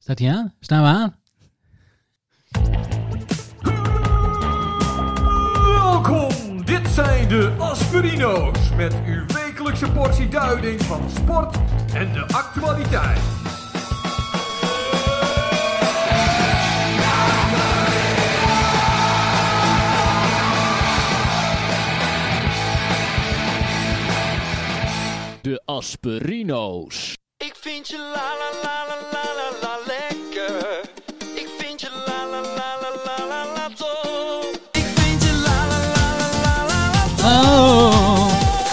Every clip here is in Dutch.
Staat hij aan? Staan we aan? Welkom, dit zijn de Aspirino's met uw wekelijkse portie duiding van sport en de actualiteit. De Aspirino's. Ik vind je la la la la la la la lekker. Ik vind je la la la la la la la tof. Ik vind je la la la la la la la tof.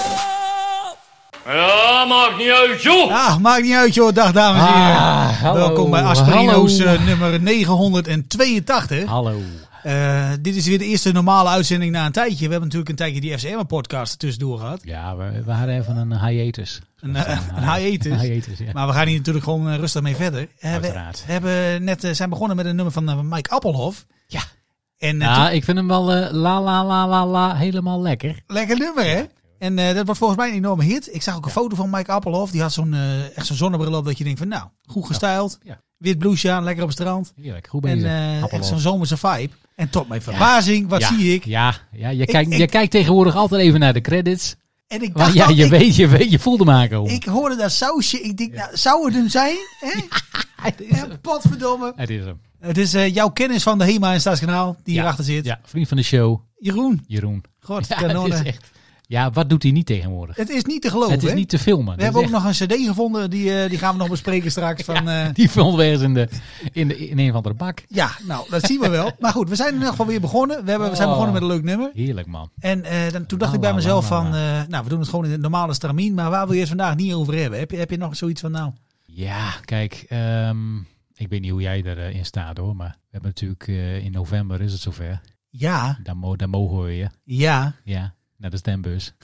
Ja, maakt niet uit, joh. Ah, maakt niet uit, joh. Dag, dames en heren. hallo, Welkom bij Aspirino's hallo. Nummer 982. Hallo. Dit is weer de eerste normale uitzending na een tijdje. We hebben natuurlijk een tijdje die FCM-podcast er tussendoor gehad. Ja, we hadden even een hiatus. Een hiatus. Een hiatus, ja. Maar we gaan hier natuurlijk gewoon rustig mee verder. Uiteraard. We hebben net zijn begonnen met een nummer van Mike Appelhoff. Ja. En Ja, ik vind hem wel la la la la la helemaal lekker. lekker nummer, hè? En dat wordt volgens mij een enorme hit. Ik zag ook een foto van Mike Appelhoff. Die had echt zo'n zonnebril op dat je denkt van nou, goed gestyled. Ja. Wit blouseje aan, lekker op het strand. Heerlijk, goed En bezig. echt Appelhof. zo'n zomerse vibe. En tot mijn verbazing, wat Ja, zie ik? Ja, je kijkt tegenwoordig altijd even naar de credits. En ik Maar dacht ja, al, je voelt hem aankomen. ik hoorde dat sausje. Ik denk, nou, zou het hem zijn? Hè? Het is hem. Potverdomme. Het is hem. Het is jouw kennis van de HEMA en Stadskanaal die hierachter zit. Ja, vriend van de show, Jeroen. God, Ja, kanone. het is echt. Ja, wat doet hij niet tegenwoordig? Het is niet te geloven, Het is hè? niet te filmen. We hebben ook nog een cd gevonden. Die gaan we nog bespreken straks. Die filmt weer eens in een of andere bak. Ja, nou, dat zien we wel. Maar goed, we zijn in ieder geval weer begonnen. We zijn begonnen met een leuk nummer. Heerlijk, man. En toen dacht ik bij mezelf van... nou, we doen het gewoon in het normale stramien. Maar waar wil je het vandaag niet over hebben? Heb je nog zoiets van nou... Ja, kijk, ik weet niet hoe jij erin staat hoor, maar we hebben natuurlijk in november is het zover. Ja, Dan mogen we je. ja. Ja, naar de stembus.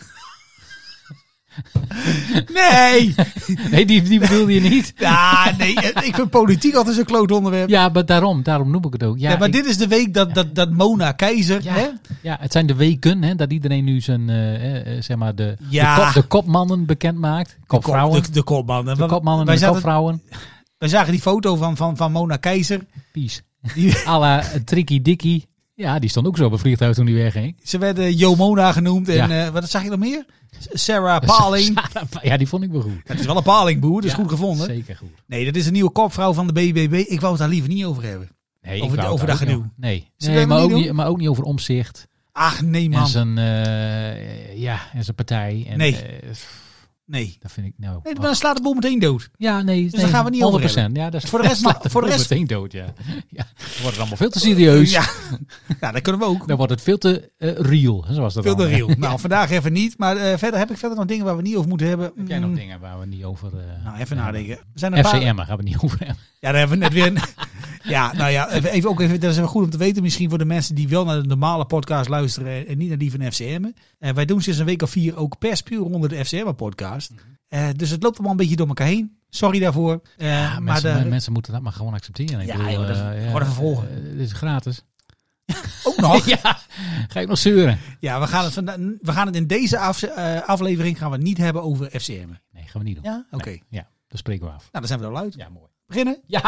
Nee! Nee, die bedoelde je niet. Ja, nee. Ik vind politiek altijd zo'n kloot onderwerp. Ja, maar daarom noem ik het ook. Ja, Ja, maar dit is de week dat Mona Keizer... Ja, Hè? ja, het zijn de weken hè, dat iedereen nu zijn, zeg maar, de kopmannen bekend maakt. Kopvrouwen. De kopmannen. De kopmannen Wij en de zaten- kopvrouwen. Wij zagen die foto van Mona Keizer. Pies. Die- À la Tricky Dickie. Ja, die stond ook zo op een vliegtuig toen die wegging. Ze werden Jo Mona genoemd. En Ja. wat zag je nog meer? Sarah Paling. Ja, die vond ik wel goed. Het is wel een palingboer, dat is Ja, goed gevonden. Zeker goed. Nee, dat is een nieuwe kopvrouw van de BBB. Ik wou het daar liever niet over hebben. Nee, Over ik wou dat het ook gedoe. niet. Nee, Zullen we nee hem niet maar ook niet over Omtzigt. Ach, nee man. En zijn, en zijn partij. En, Nee. Nee. Dat vind ik nou... Nee, dan slaat de boel meteen dood. Ja, nee. Dus daar gaan we niet over 100%. Ja, dat is, Voor de rest- slaat de voor de boel rest- meteen dood, ja. Ja. Dan wordt het allemaal veel te serieus. Ja. Ja, dat kunnen we ook. Dan wordt het veel te real, zoals dat Veel te dan. real. Nou, vandaag even niet. Maar verder heb ik nog dingen waar we niet over moeten hebben. Heb jij nog dingen waar we niet over... Nou, even nadenken. We zijn een paar... FCM gaan we niet over hebben. Ja, daar hebben we net weer een... Ja, nou ja, even, dat is wel goed om te weten. Misschien voor de mensen die wel naar de normale podcast luisteren en niet naar die van FCM. Wij doen sinds een week of 4 ook perspuur onder de FCM-podcast. Dus het loopt allemaal een beetje door elkaar heen. Sorry daarvoor. Ja, maar mensen moeten dat maar gewoon accepteren. Ik Ja, bedoel, joh, dat is- gewoon even volgen. Dit is gratis. ook nog. Ja, ga ik nog zeuren? Ja, we gaan het in deze aflevering gaan we het niet hebben over FCM. Nee, gaan we niet doen. Ja? Oké. Nee, ja, dat spreken we af. Nou, dan zijn we er al uit. Ja, mooi. Beginnen? Ja!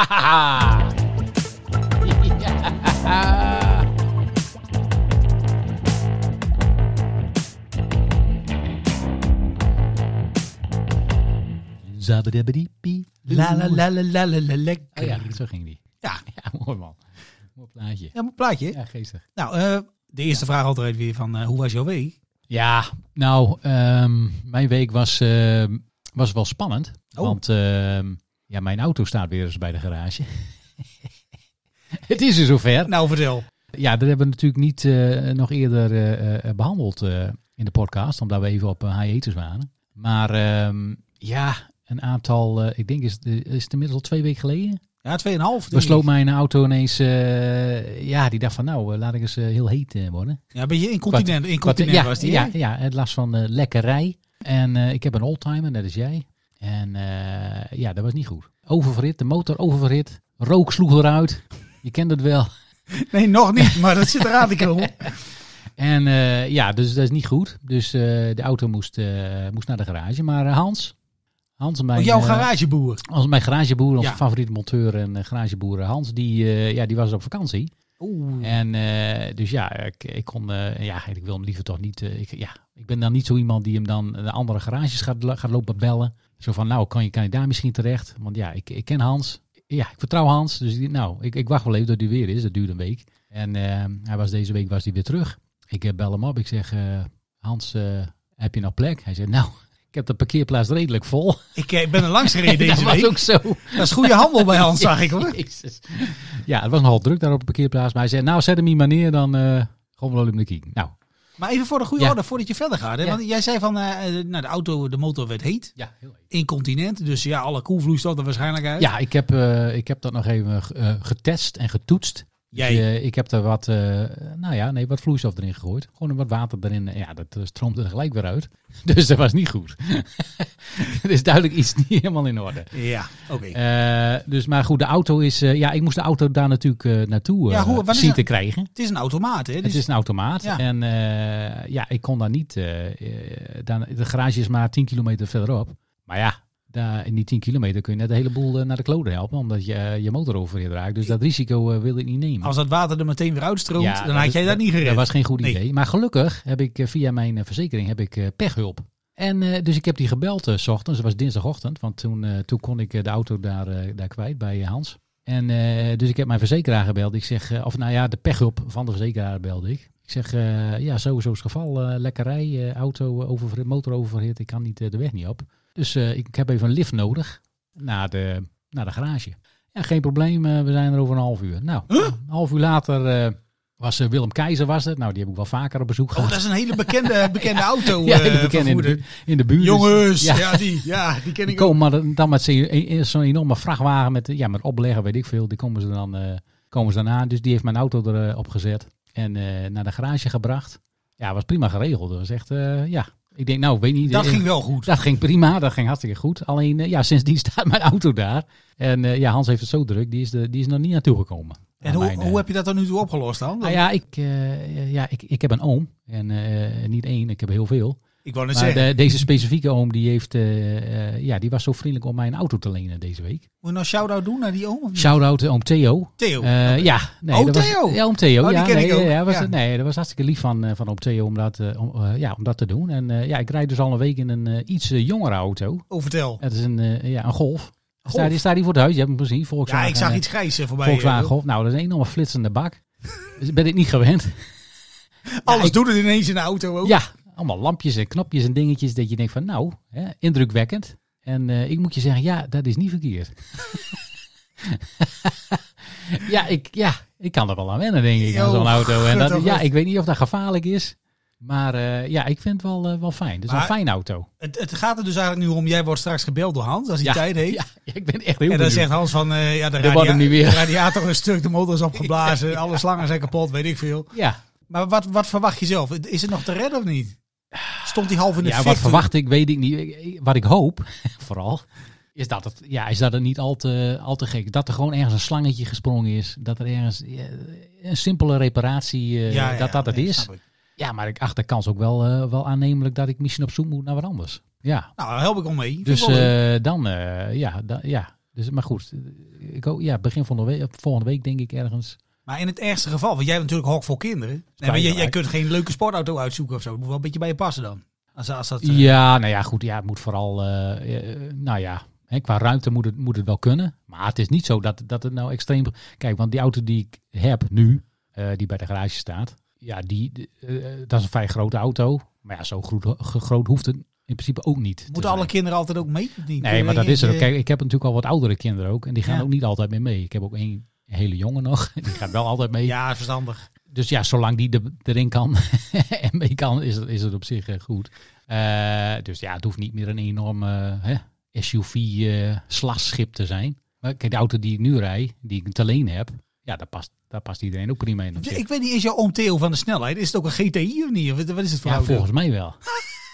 Ja! Zabadabadiepie. La la la la la la la lekker. Oh ja, zo ging die. Ja. Ja, mooi man. Mooi plaatje. Ja, maar plaatje. Ja, geestig. Nou, de eerste vraag altijd weer van hoe was jouw week? Ja, nou, mijn week was wel spannend. Oh. Want ja, mijn auto staat weer eens bij de garage. Het is er zover. Nou, vertel. Ja, dat hebben we natuurlijk niet nog eerder behandeld in de podcast. Omdat we even op hiatus waren. Maar ja, een aantal, ik denk is het inmiddels al 2 weken geleden. Ja, 2,5. Besloot mijn auto ineens, ja, die dacht van nou, laat ik eens heel heet worden. Ja, ben je incontinent Ja, was die, ja, hè? ja, het last van lekkerij. En ik heb een oldtimer, net als jij. En ja, dat was niet goed. Oververhit, de motor oververhit. Rook sloeg eruit. Je kent het wel. Nee, nog niet, maar dat zit eraan te komen. En ja, dus dat is niet goed. Dus de auto moest naar de garage. Maar Hans Hans, mijn, Jouw garageboer. mijn garageboer, onze Ja. favoriete monteur en garageboer Hans, die was op vakantie. Oeh. En dus ja, ik kon, ik wil hem liever toch niet. Ik ben dan niet zo iemand die hem dan de andere garages gaat lopen bellen. Zo van, nou, kan je daar misschien terecht? Want ja, ik ken Hans. Ja, ik vertrouw Hans. Dus ik wacht wel even tot hij weer is. Dat duurt een week. En deze week was hij weer terug. Ik bel hem op. Ik zeg, Hans, heb je nog plek? Hij zegt, nou, ik heb de parkeerplaats redelijk vol. Ik ben er langs gereden deze dat week. was ook zo. Dat is goede handel bij Hans, zag ik hoor. Jezus. Ja, het was nogal druk daar op de parkeerplaats. Maar hij zei, nou, zet hem hier maar neer, dan gaan we wel even naar kijken. Nou. Maar even voor de goede Ja. orde, voordat je verder gaat. Hè? Ja. Want jij zei van, de motor werd heet. Ja, heel even. Incontinent. Dus ja, alle koelvloeistof er waarschijnlijk uit. Ja, ik heb dat nog even getest en getoetst. Jij? Dus, ik heb er wat vloeistof erin gegooid. Gewoon wat water erin. Ja, dat stroomt er gelijk weer uit. Dus dat was niet goed. Het is duidelijk iets niet helemaal in orde. Ja, oké. Dus, maar goed, de auto is... ik moest de auto daar natuurlijk naartoe wat is zien het? te krijgen. Het is een automaat, hè? Het Dus is een automaat. Ja. En ik kon daar niet... de garage is maar 10 kilometer verderop. Maar ja, in die 10 kilometer kun je net een heleboel naar de kloten helpen. Omdat je motor overhit raakt. Dus dat risico wil ik niet nemen. als dat water er meteen weer uitstroomt, Ja, dan had jij dat niet gered. Dat was geen goed Nee. idee. Maar gelukkig heb ik via mijn verzekering pechhulp. En dus ik heb die gebeld 's ochtends. Het was dinsdagochtend. Want toen kon ik de auto daar kwijt bij Hans. En dus ik heb mijn verzekeraar gebeld. Ik zeg, de pechhulp van de verzekeraar belde ik. Ik zeg, sowieso is het geval. Lekkerij, motor overhit. Ik kan niet de weg niet op. Dus ik heb even een lift nodig naar de garage. Ja, geen probleem. We zijn er over een half uur. Nou, een half uur later was Willem Keizer was het. Nou, die heb ik wel vaker op bezoek Oh, gehad. dat is een hele bekende auto. Ja, die bekende in de buurt. Jongens, Dus, die ken die ik ook. komen dan met zo'n enorme vrachtwagen met opleggen, weet ik veel. Die komen ze dan aan. Dus die heeft mijn auto erop gezet en naar de garage gebracht. Ja, was prima geregeld. Dat was echt, ik denk, nou, weet niet. Dat ging wel goed. Dat ging prima, dat ging hartstikke goed. Alleen, sindsdien staat mijn auto daar. En Hans heeft het zo druk, die is nog niet naartoe gekomen. En hoe heb je dat dan nu toe opgelost dan? Ik heb een oom. En niet één, ik heb heel veel. Ik wou net Maar zeggen. deze specifieke oom, die was zo vriendelijk om mij een auto te lenen deze week. Moet je nou shout-out doen naar die oom? Of niet? Shout-out oom Theo. Theo. Oom Theo? Ja, oom Theo. Oh, die ken ik ook. Ja, dat was hartstikke lief van oom Theo om dat te doen. En ik rijd dus al een week in een iets jongere auto. Oh, vertel. Het is een Golf. Golf? Die staat hier voor het huis. Je hebt hem gezien. Volkswagen, Ja, ik zag iets grijs voorbij. Volkswagen Golf. Nou, dat is een enorme flitsende bak. Dus ben ik niet gewend. Alles doet het ineens in de auto ook. Ja, allemaal lampjes en knopjes en dingetjes dat je denkt van nou, indrukwekkend. En ik moet je zeggen, ja, dat is niet verkeerd. Ik kan er wel aan wennen, denk ik, aan zo'n auto. En ik weet niet of dat gevaarlijk is. Maar ik vind het wel fijn. Het is een fijne auto. Het gaat er dus eigenlijk nu om, jij wordt straks gebeld door Hans, als hij tijd heeft. Ja, ik ben echt heel En dan benieuwd. zegt Hans van, wordt hem niet weer. de radiator is stuk, de motor is opgeblazen, alle slangen zijn kapot, weet ik veel. Ja. Maar wat verwacht je zelf? Is het nog te redden of niet? Stond hij half in de Ja, fik? wat verwacht ik, weet ik niet. Wat ik hoop, vooral, is dat het niet al te gek. Dat er gewoon ergens een slangetje gesprongen is. Dat er ergens een simpele reparatie, het is. Snap ik. Ja, maar ik acht de kans ook wel aannemelijk dat ik misschien op zoek moet naar wat anders. Ja. Nou, daar help ik om mee. Vind Dus ik wel leuk. Dus, maar goed, begin volgende week denk ik ergens. Maar in het ergste geval, want jij hebt natuurlijk hok voor kinderen. Nee, maar jij kunt geen leuke sportauto uitzoeken of zo. Het moet wel een beetje bij je passen dan. Als dat, Het moet vooral, qua ruimte moet het wel kunnen. Maar het is niet zo dat het nou extreem... Kijk, want die auto die ik heb nu, die bij de garage staat, dat is een vrij grote auto. Maar ja, zo groot hoeft het in principe ook niet. Moeten alle kinderen altijd ook mee? Of niet? Nee, maar dat is het ook. Kijk, ik heb natuurlijk al wat oudere kinderen ook. En die gaan ook niet altijd meer mee. Ik heb ook één hele jongen nog. Die gaat wel altijd mee. Ja, verstandig. Dus ja, zolang die erin kan en mee kan, is het op zich goed. Dus ja, het hoeft niet meer een enorme SUV-slasschip te zijn. Maar kijk, de auto die ik nu rijd, die ik te leen heb, ja, daar past iedereen ook prima in. Ik weet niet, is jouw oom Theo van de snelheid? Is het ook een GTI of niet? Of wat is het voor Ja, auto? volgens mij wel.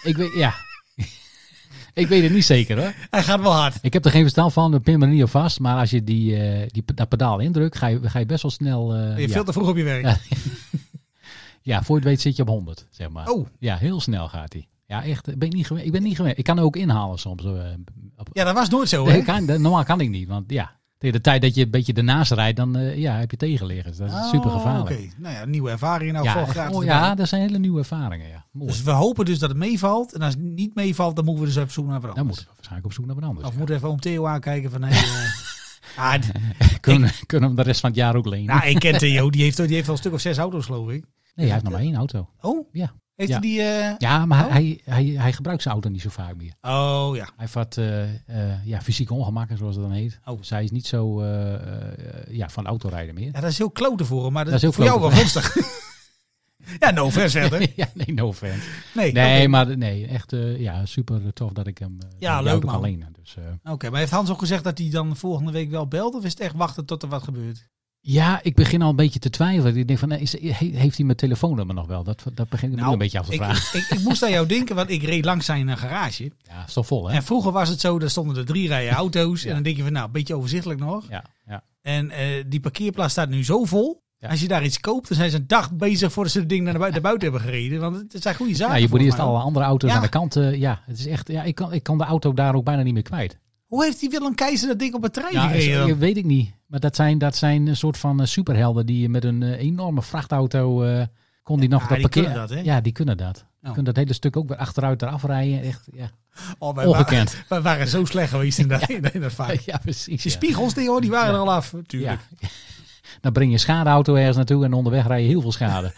Ik weet het niet zeker hoor. Hij gaat wel hard. Ik heb er geen verstand van, dat pin me er niet op vast. Maar als je dat pedaal indrukt, ga je best wel snel... Je bent veel te vroeg op je werk. Ja. Ja, voor je het weet zit je op 100, zeg maar. Oh. Ja, heel snel gaat hij. Ja, echt. Ik ben niet gewend. Ik kan er ook inhalen soms. Ja, dat was nooit zo, Nee, hè? normaal kan ik niet. Want ja, tegen de tijd dat je een beetje ernaast rijdt, dan heb je tegenliggers. Dat is super gevaarlijk. Oké. Nou ja, nieuwe ervaring. Nou, Ja, dat zijn hele nieuwe ervaringen. Ja. Mooi. Dus we hopen dus dat het meevalt. En als het niet meevalt, dan moeten we dus even zoeken naar wat Dan anders. moeten we waarschijnlijk op zoek naar wat anders. Of we moeten even oom Theo aankijken van... Hey, Kunnen we hem de rest van het jaar ook lenen? nou, ik ken Theo. Die heeft al een stuk of 6 auto's, geloof ik. Nee, hij heeft nog maar 1 auto. Oh? Ja. Heeft Ja. hij die... Ja, maar Oh? hij gebruikt zijn auto niet zo vaak meer. Oh, ja. Hij heeft wat fysieke ongemakken, zoals het dan heet. Oh. Dus hij is niet zo van autorijden meer. Ja, dat is heel klote voor hem. Maar dat Dat is is heel voor jou wel klote. gunstig. Ja, no offense verder. Ja, nee, no offense. Nee, Nee, oké. maar echt super tof dat ik hem Ja, die leuk, auto kan man. lenen. Dus, Oké, maar heeft Hans ook gezegd dat hij dan volgende week wel belt? Of is het echt wachten tot er wat gebeurt? ja, ik begin al een beetje te twijfelen. Ik denk van, heeft hij mijn telefoonnummer nog wel? Dat begin ik me nu een beetje af te vragen. Ik moest aan jou denken, want ik reed langs zijn garage. Ja, is toch vol, hè? En vroeger was het zo, daar stonden er 3 rijen auto's. Ja. En dan denk je van, nou, een beetje overzichtelijk nog. Ja. En die parkeerplaats staat nu zo vol. Ja. Als je daar iets koopt, dan zijn ze een dag bezig voordat ze het ding naar buiten hebben gereden. Want het zijn goede zaken. Ja, je moet volgens eerst mij. alle andere auto's Ja. aan de kant. Het is echt, ik kan de auto daar ook bijna niet meer kwijt. Hoe heeft die Willem Keizer dat ding op het terrein Ja, gereden? dan? weet ik niet. Maar dat zijn een soort van superhelden die met een enorme vrachtauto kon die nog Ja, dat die parkeer. kunnen dat, hè? Ja, die kunnen dat. Die kunnen dat hele stuk ook weer achteruit eraf rijden. Echt, ja. Oh, wij Ongekend. Wij waren zo slecht geweest in dat vak. Ja, precies. Die Ja. spiegels, die waren er al af, natuurlijk. Ja. Dan breng je een schadeauto ergens naartoe en onderweg rij je heel veel schade.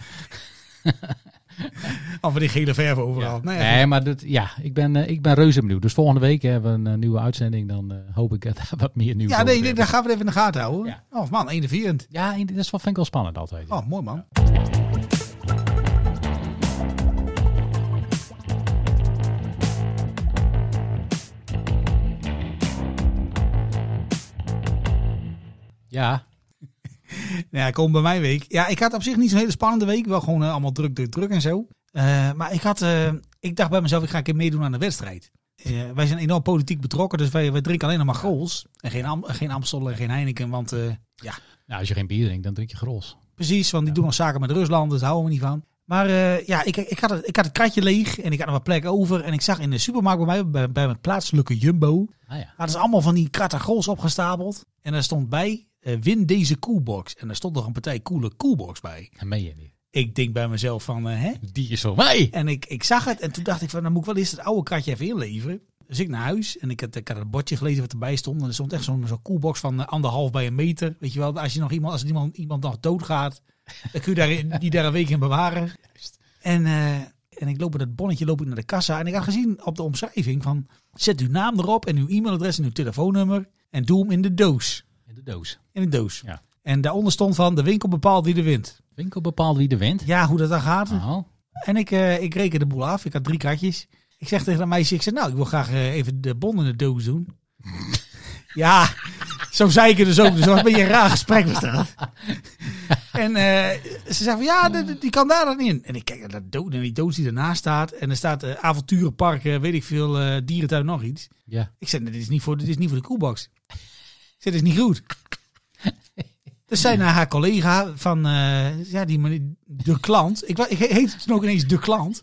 Of die gele verf overal. Ja. Nou ja, Nee, maar ik ben reuze benieuwd. Dus volgende week hebben we een nieuwe uitzending. Dan hoop ik dat daar wat meer nieuws ja, over nee, hebben. daar gaan we het even in de gaten houden. Ja. Oh man, enerverend. Ja, dat is vind ik wel spannend altijd. Oh, mooi man. Ja, Ja, kom bij mijn week. Ja, ik had op zich niet zo'n hele spannende week. Wel gewoon allemaal druk en zo. Maar ik dacht bij mezelf, ik ga een keer meedoen aan de wedstrijd. Wij zijn enorm politiek betrokken, dus wij drinken alleen nog maar Grols. En geen Amstel en geen Heineken, want ja, nou, als je geen bier drinkt, dan drink je Grols. precies. Want die doen nog zaken met Rusland, dus daar houden we niet van. Maar ja, ik had het kratje leeg en ik had nog wat plek over. En ik zag in de supermarkt bij mij, bij mijn plaatselijke Jumbo, Ah ja. hadden ze allemaal van die kratten Grols opgestapeld. En daar stond bij, win deze koelbox. En daar stond nog een partij coole koelbox bij. Dat meen je niet. Ik denk bij mezelf van, hè? Die is voor mij. En ik zag het en toen dacht ik van, dan moet ik wel eens het oude kratje even inleveren. Dus ik naar huis en ik had het bordje gelezen wat erbij stond. En er stond echt zo'n koelbox van 1,5 bij 1 meter. Weet je wel, als iemand nog doodgaat, dan kun je die daar een week in bewaren. En ik loop met dat bonnetje naar de kassa. En ik had gezien op de omschrijving van, zet uw naam erop en uw e-mailadres en uw telefoonnummer. En doe hem in de doos. In de doos. In de doos. Ja. En daaronder stond van, de winkel bepaalt wie er wint. Winkel bepaalt wie er wint. Ja, hoe dat dan gaat. Oh. En ik reken de boel af. Ik had 3 kratjes. Ik zeg tegen dat meisje, ik wil graag even de bon in de doos doen. Ja, zo zei ik het dus ook. Dus dat was een beetje een raar gesprek was dat. En ze zei van, ja, die kan daar dan in. En ik kijk naar die doos die ernaast staat. En er staat avonturenpark, weet ik veel, dierentuin, nog iets. Ja. Ik zei, dit is niet voor de koelbox. Ik zei, dit is niet goed. Dus zei naar haar collega van, de klant. Ik heette toen ook ineens de klant.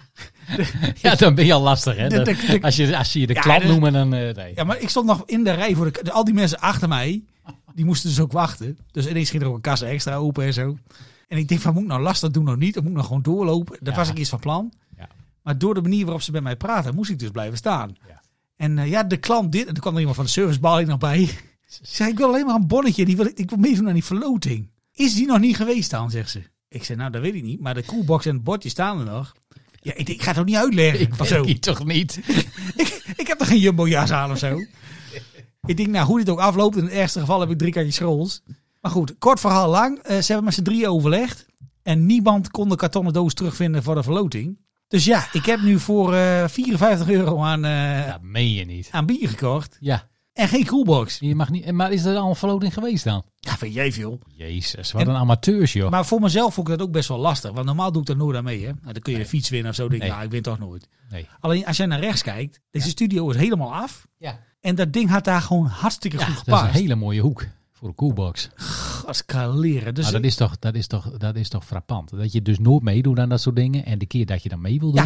Ja, dan ben je al lastig, hè? De- Als je de Ja, klant de- noemen, dan... nee. Ja, maar ik stond nog in de rij voor al die mensen achter mij. Die moesten dus ook wachten. Dus ineens ging er ook een kassa extra open en zo. En ik denk van, moet ik nou lastig doen of niet? Of moet ik nou gewoon doorlopen? Dat Ja. was ik eens van plan. Ja. Maar door de manier waarop ze bij mij praten, moest ik dus blijven staan. Ja. En de klant dit. En toen kwam er iemand van de servicebalie nog bij. Ze zei, ik wil alleen maar een bonnetje. Ik wil meedoen aan die verloting. Is die nog niet geweest dan, zegt ze. Ik zei, nou dat weet ik niet. Maar de koelbox en het bordje staan er nog. Ja, ik ga het ook niet uitleggen. Ik of zo. weet niet, toch niet? Ik heb er geen Jumbo-jas aan of zo. Ik denk, nou, hoe dit ook afloopt. In het ergste geval heb ik 3 kratjes Grols. Maar goed, kort verhaal lang. Ze hebben met z'n 3 overlegd. En niemand kon de kartonnen doos terugvinden voor de verloting. Dus ja, ik heb nu voor €54 Dat meen je niet. aan bier gekocht. Ja, En geen koelbox. je mag niet... Maar is er al een verloting geweest dan? Ja, vind jij veel. Jezus, wat een amateurs, joh. Maar voor mezelf vond ik dat ook best wel lastig. Want normaal doe ik daar nooit aan mee. Hè? Nou, dan kun je de fiets winnen of zo. Denk ik, Nee. nou, ik win toch nooit. Nee. Alleen als jij naar rechts kijkt. Deze studio is helemaal af. Ja. En dat ding had daar gewoon hartstikke goed Dat is gepast. een hele mooie hoek voor een koelbox. Gaskaleren. Dus Maar dat is toch frappant. Dat je dus nooit meedoet aan dat soort dingen. En de keer dat je dan mee wil doen... Ja,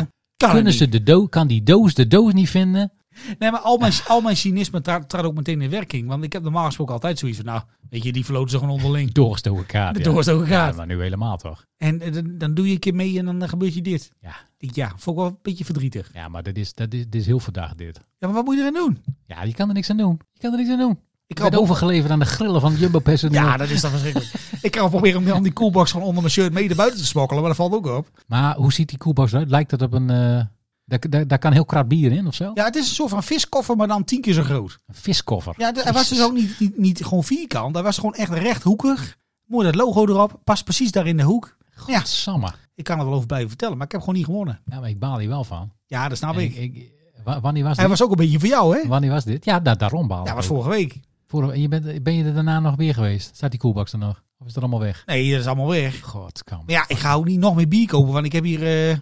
Kan die doos de doos niet vinden? Nee, maar al mijn cynisme trad ook meteen in werking. Want ik heb normaal gesproken altijd zoiets van, nou, weet je, die verloten ze gewoon onderling. Doorgestoken kaart. De doorgestoken kaart. Ja, maar nu helemaal toch? En dan doe je een keer mee en dan gebeurt je dit. Ja. Ja, vond ik wel een beetje verdrietig. Ja, maar dit is heel verdacht dit. Ja, maar wat moet je erin doen? Ja, je kan er niks aan doen. Ik kan werd overgeleverd aan de grillen van Jumbo-personeel. Ja, dat is dan verschrikkelijk. Ik kan wel proberen om die koelbox gewoon onder mijn shirt mee naar buiten te smokkelen, maar dat valt ook op. Maar hoe ziet die koelbox eruit? Lijkt het op een... Daar kan heel krat bier in of zo? Ja, het is een soort van viskoffer, maar dan 10 keer zo groot. Een viskoffer. Ja, hij was dus ook niet gewoon vierkant. Hij was gewoon echt rechthoekig. Mooi dat logo erop. Past precies daar in de hoek. Ja, Godsamme. ik kan er wel over blijven vertellen, maar ik heb gewoon niet gewonnen. Ja, maar ik baal hier wel van. Ja, dat snap ik. Wanneer was Hij dit? was ook een beetje voor jou, hè? Wanneer was dit? Ja, daarom baal ik. Ja, was ook. vorige week. Ben je er daarna nog weer geweest? Staat die koelbox er nog? Of is dat allemaal weg? Nee, dat is allemaal weg. God, kan. Maar ja, ik ga ook niet nog meer bier kopen, want ik heb hier,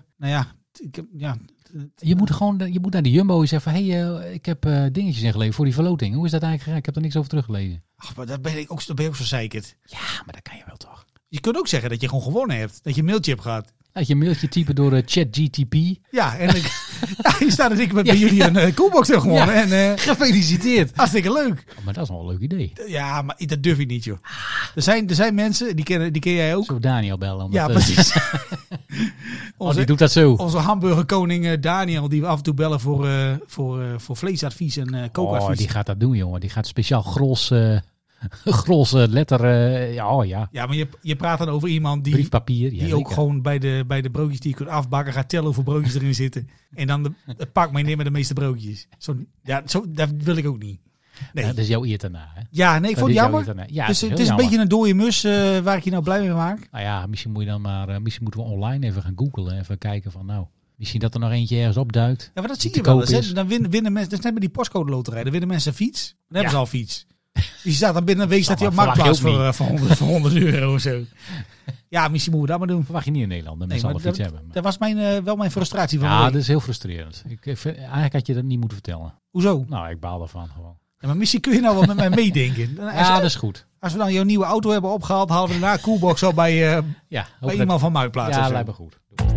Je moet naar de Jumbo en zeggen van, ik heb dingetjes ingeleverd voor die verloting. Hoe is dat eigenlijk gegaan? Ik heb er niks over teruggelezen. Ach, maar daar ben ik ook zo zeikerd. Ja, maar dat kan je wel toch? Je kunt ook zeggen dat je gewoon gewonnen hebt. Dat je een mailtje hebt gehad. Laat je een mailtje typen door ChatGTP. Ja, en hier staat dat ik bij jullie een koelbox heb gewonnen. Ja. En Gefeliciteerd. hartstikke leuk. Oh, maar dat is wel een leuk idee. Ja, maar dat durf ik niet, joh. Er zijn mensen, die ken jij ook. Zo Daniel bellen. Ja, precies. Die doet dat zo. Onze hamburgerkoning Daniel, die we af en toe bellen voor vleesadvies en kookadvies. Oh, die gaat dat doen, jongen. Die gaat speciaal gros letter. Ja. Ja, maar je praat dan over iemand die Briefpapier. die ook gewoon bij de broodjes die je kunt afbakken gaat tellen hoeveel broodjes erin zitten. En dan het pak meenemen met de meeste broodjes. Dat wil ik ook niet. Nee. Ja, dat is jouw eer daarna, hè? Ja, nee, ik vond het jammer. Ja, Dus heel het is een jammer. beetje een dode mus waar ik je nou blij mee maak. Nou ja, misschien moeten we online even gaan googlen. Even kijken van, nou, misschien dat er nog eentje ergens opduikt. Ja, maar dat zie die je te wel koop eens. is. Hè. Dan winnen mensen, dat is net met die postcode loterij. Dan winnen mensen een fiets. Dan hebben Ja. ze al een fiets. Die staat dan binnen een week staat hij op maar Marktplaats verwacht je voor 100 euro of zo. Ja, misschien moeten we dat maar doen. Verwacht je niet in Nederland dat mensen al een maar fiets hebben. Maar... Dat was wel mijn frustratie van de Ja, week. dat is heel frustrerend. Eigenlijk had je dat niet moeten vertellen. Hoezo? Nou, ik baal daarvan gewoon. Ja, maar misschien kun je nou wel met mij meedenken. Ja, dat is goed. Als we dan jouw nieuwe auto hebben opgehaald, halen we daarna een coolbox op bij Ja, iemand van Marktplaats. Ja, of zo. lijkt me goed.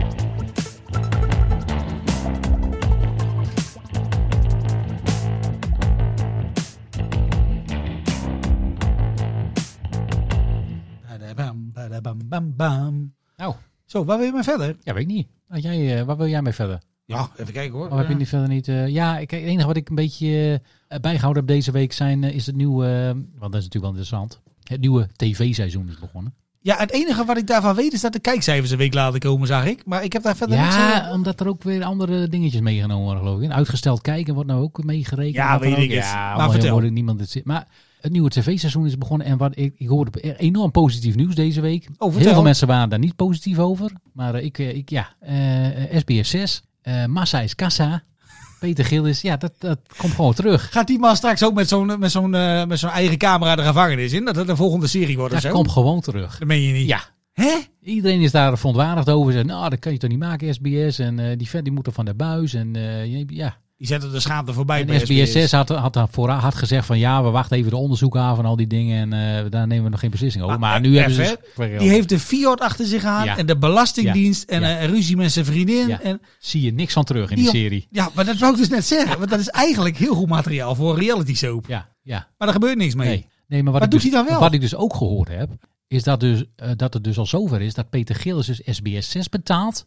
Badabam, badabam, bam, bam. Nou, Zo, waar wil je mee verder? ja, weet ik niet. Waar wil jij mee verder? Ja, even kijken hoor. Of heb je niet verder niet... het enige wat ik een beetje bijgehouden heb deze week is het nieuwe... want dat is natuurlijk wel interessant. Het nieuwe tv-seizoen is begonnen. Ja, het enige wat ik daarvan weet is dat de kijkcijfers een week later komen, zag ik. Maar ik heb daar verder niks Ja, omdat er ook weer andere dingetjes meegenomen worden, geloof ik. En uitgesteld kijken wordt nou ook meegerekend. Ja, Wat dan weet ook. ik het. Ja, Maar allemaal vertel. heel niemand het zit. Maar het nieuwe tv-seizoen is begonnen. En wat ik hoorde enorm positief nieuws deze week. vertel. Heel veel mensen waren daar niet positief over. Maar SBS 6, Massa is Kassa, Peter Gillis, ja, dat komt gewoon terug. Gaat die man straks ook met zo'n eigen camera de gevangenis in? Dat het de volgende serie wordt of Dat zo? komt gewoon terug. Dat meen je niet. Ja. Hè? Iedereen is daar verontwaardigd over. Zegt, nou, dat kan je toch niet maken, SBS. En die vent die moet er van de buis. En ja. Die zetten de schaamte voorbij En bij SBS 6 had gezegd van ja, we wachten even de onderzoek af en al die dingen. En daar nemen we nog geen beslissing over. Maar nu hebben ze... Die heeft de Fiat achter zich aan Ja. en de Belastingdienst en Ja. ruzie met zijn vriendin. Ja. En, Zie je niks van terug in die serie. ja, maar dat wou ik dus net zeggen. Want dat is eigenlijk heel goed materiaal voor een reality soap. Ja. Maar daar gebeurt niks mee. Nee, maar Wat doet hij dan wel? Wat ik dus ook gehoord heb, is dat het dus al zover is dat Peter Gillis dus SBS 6 betaalt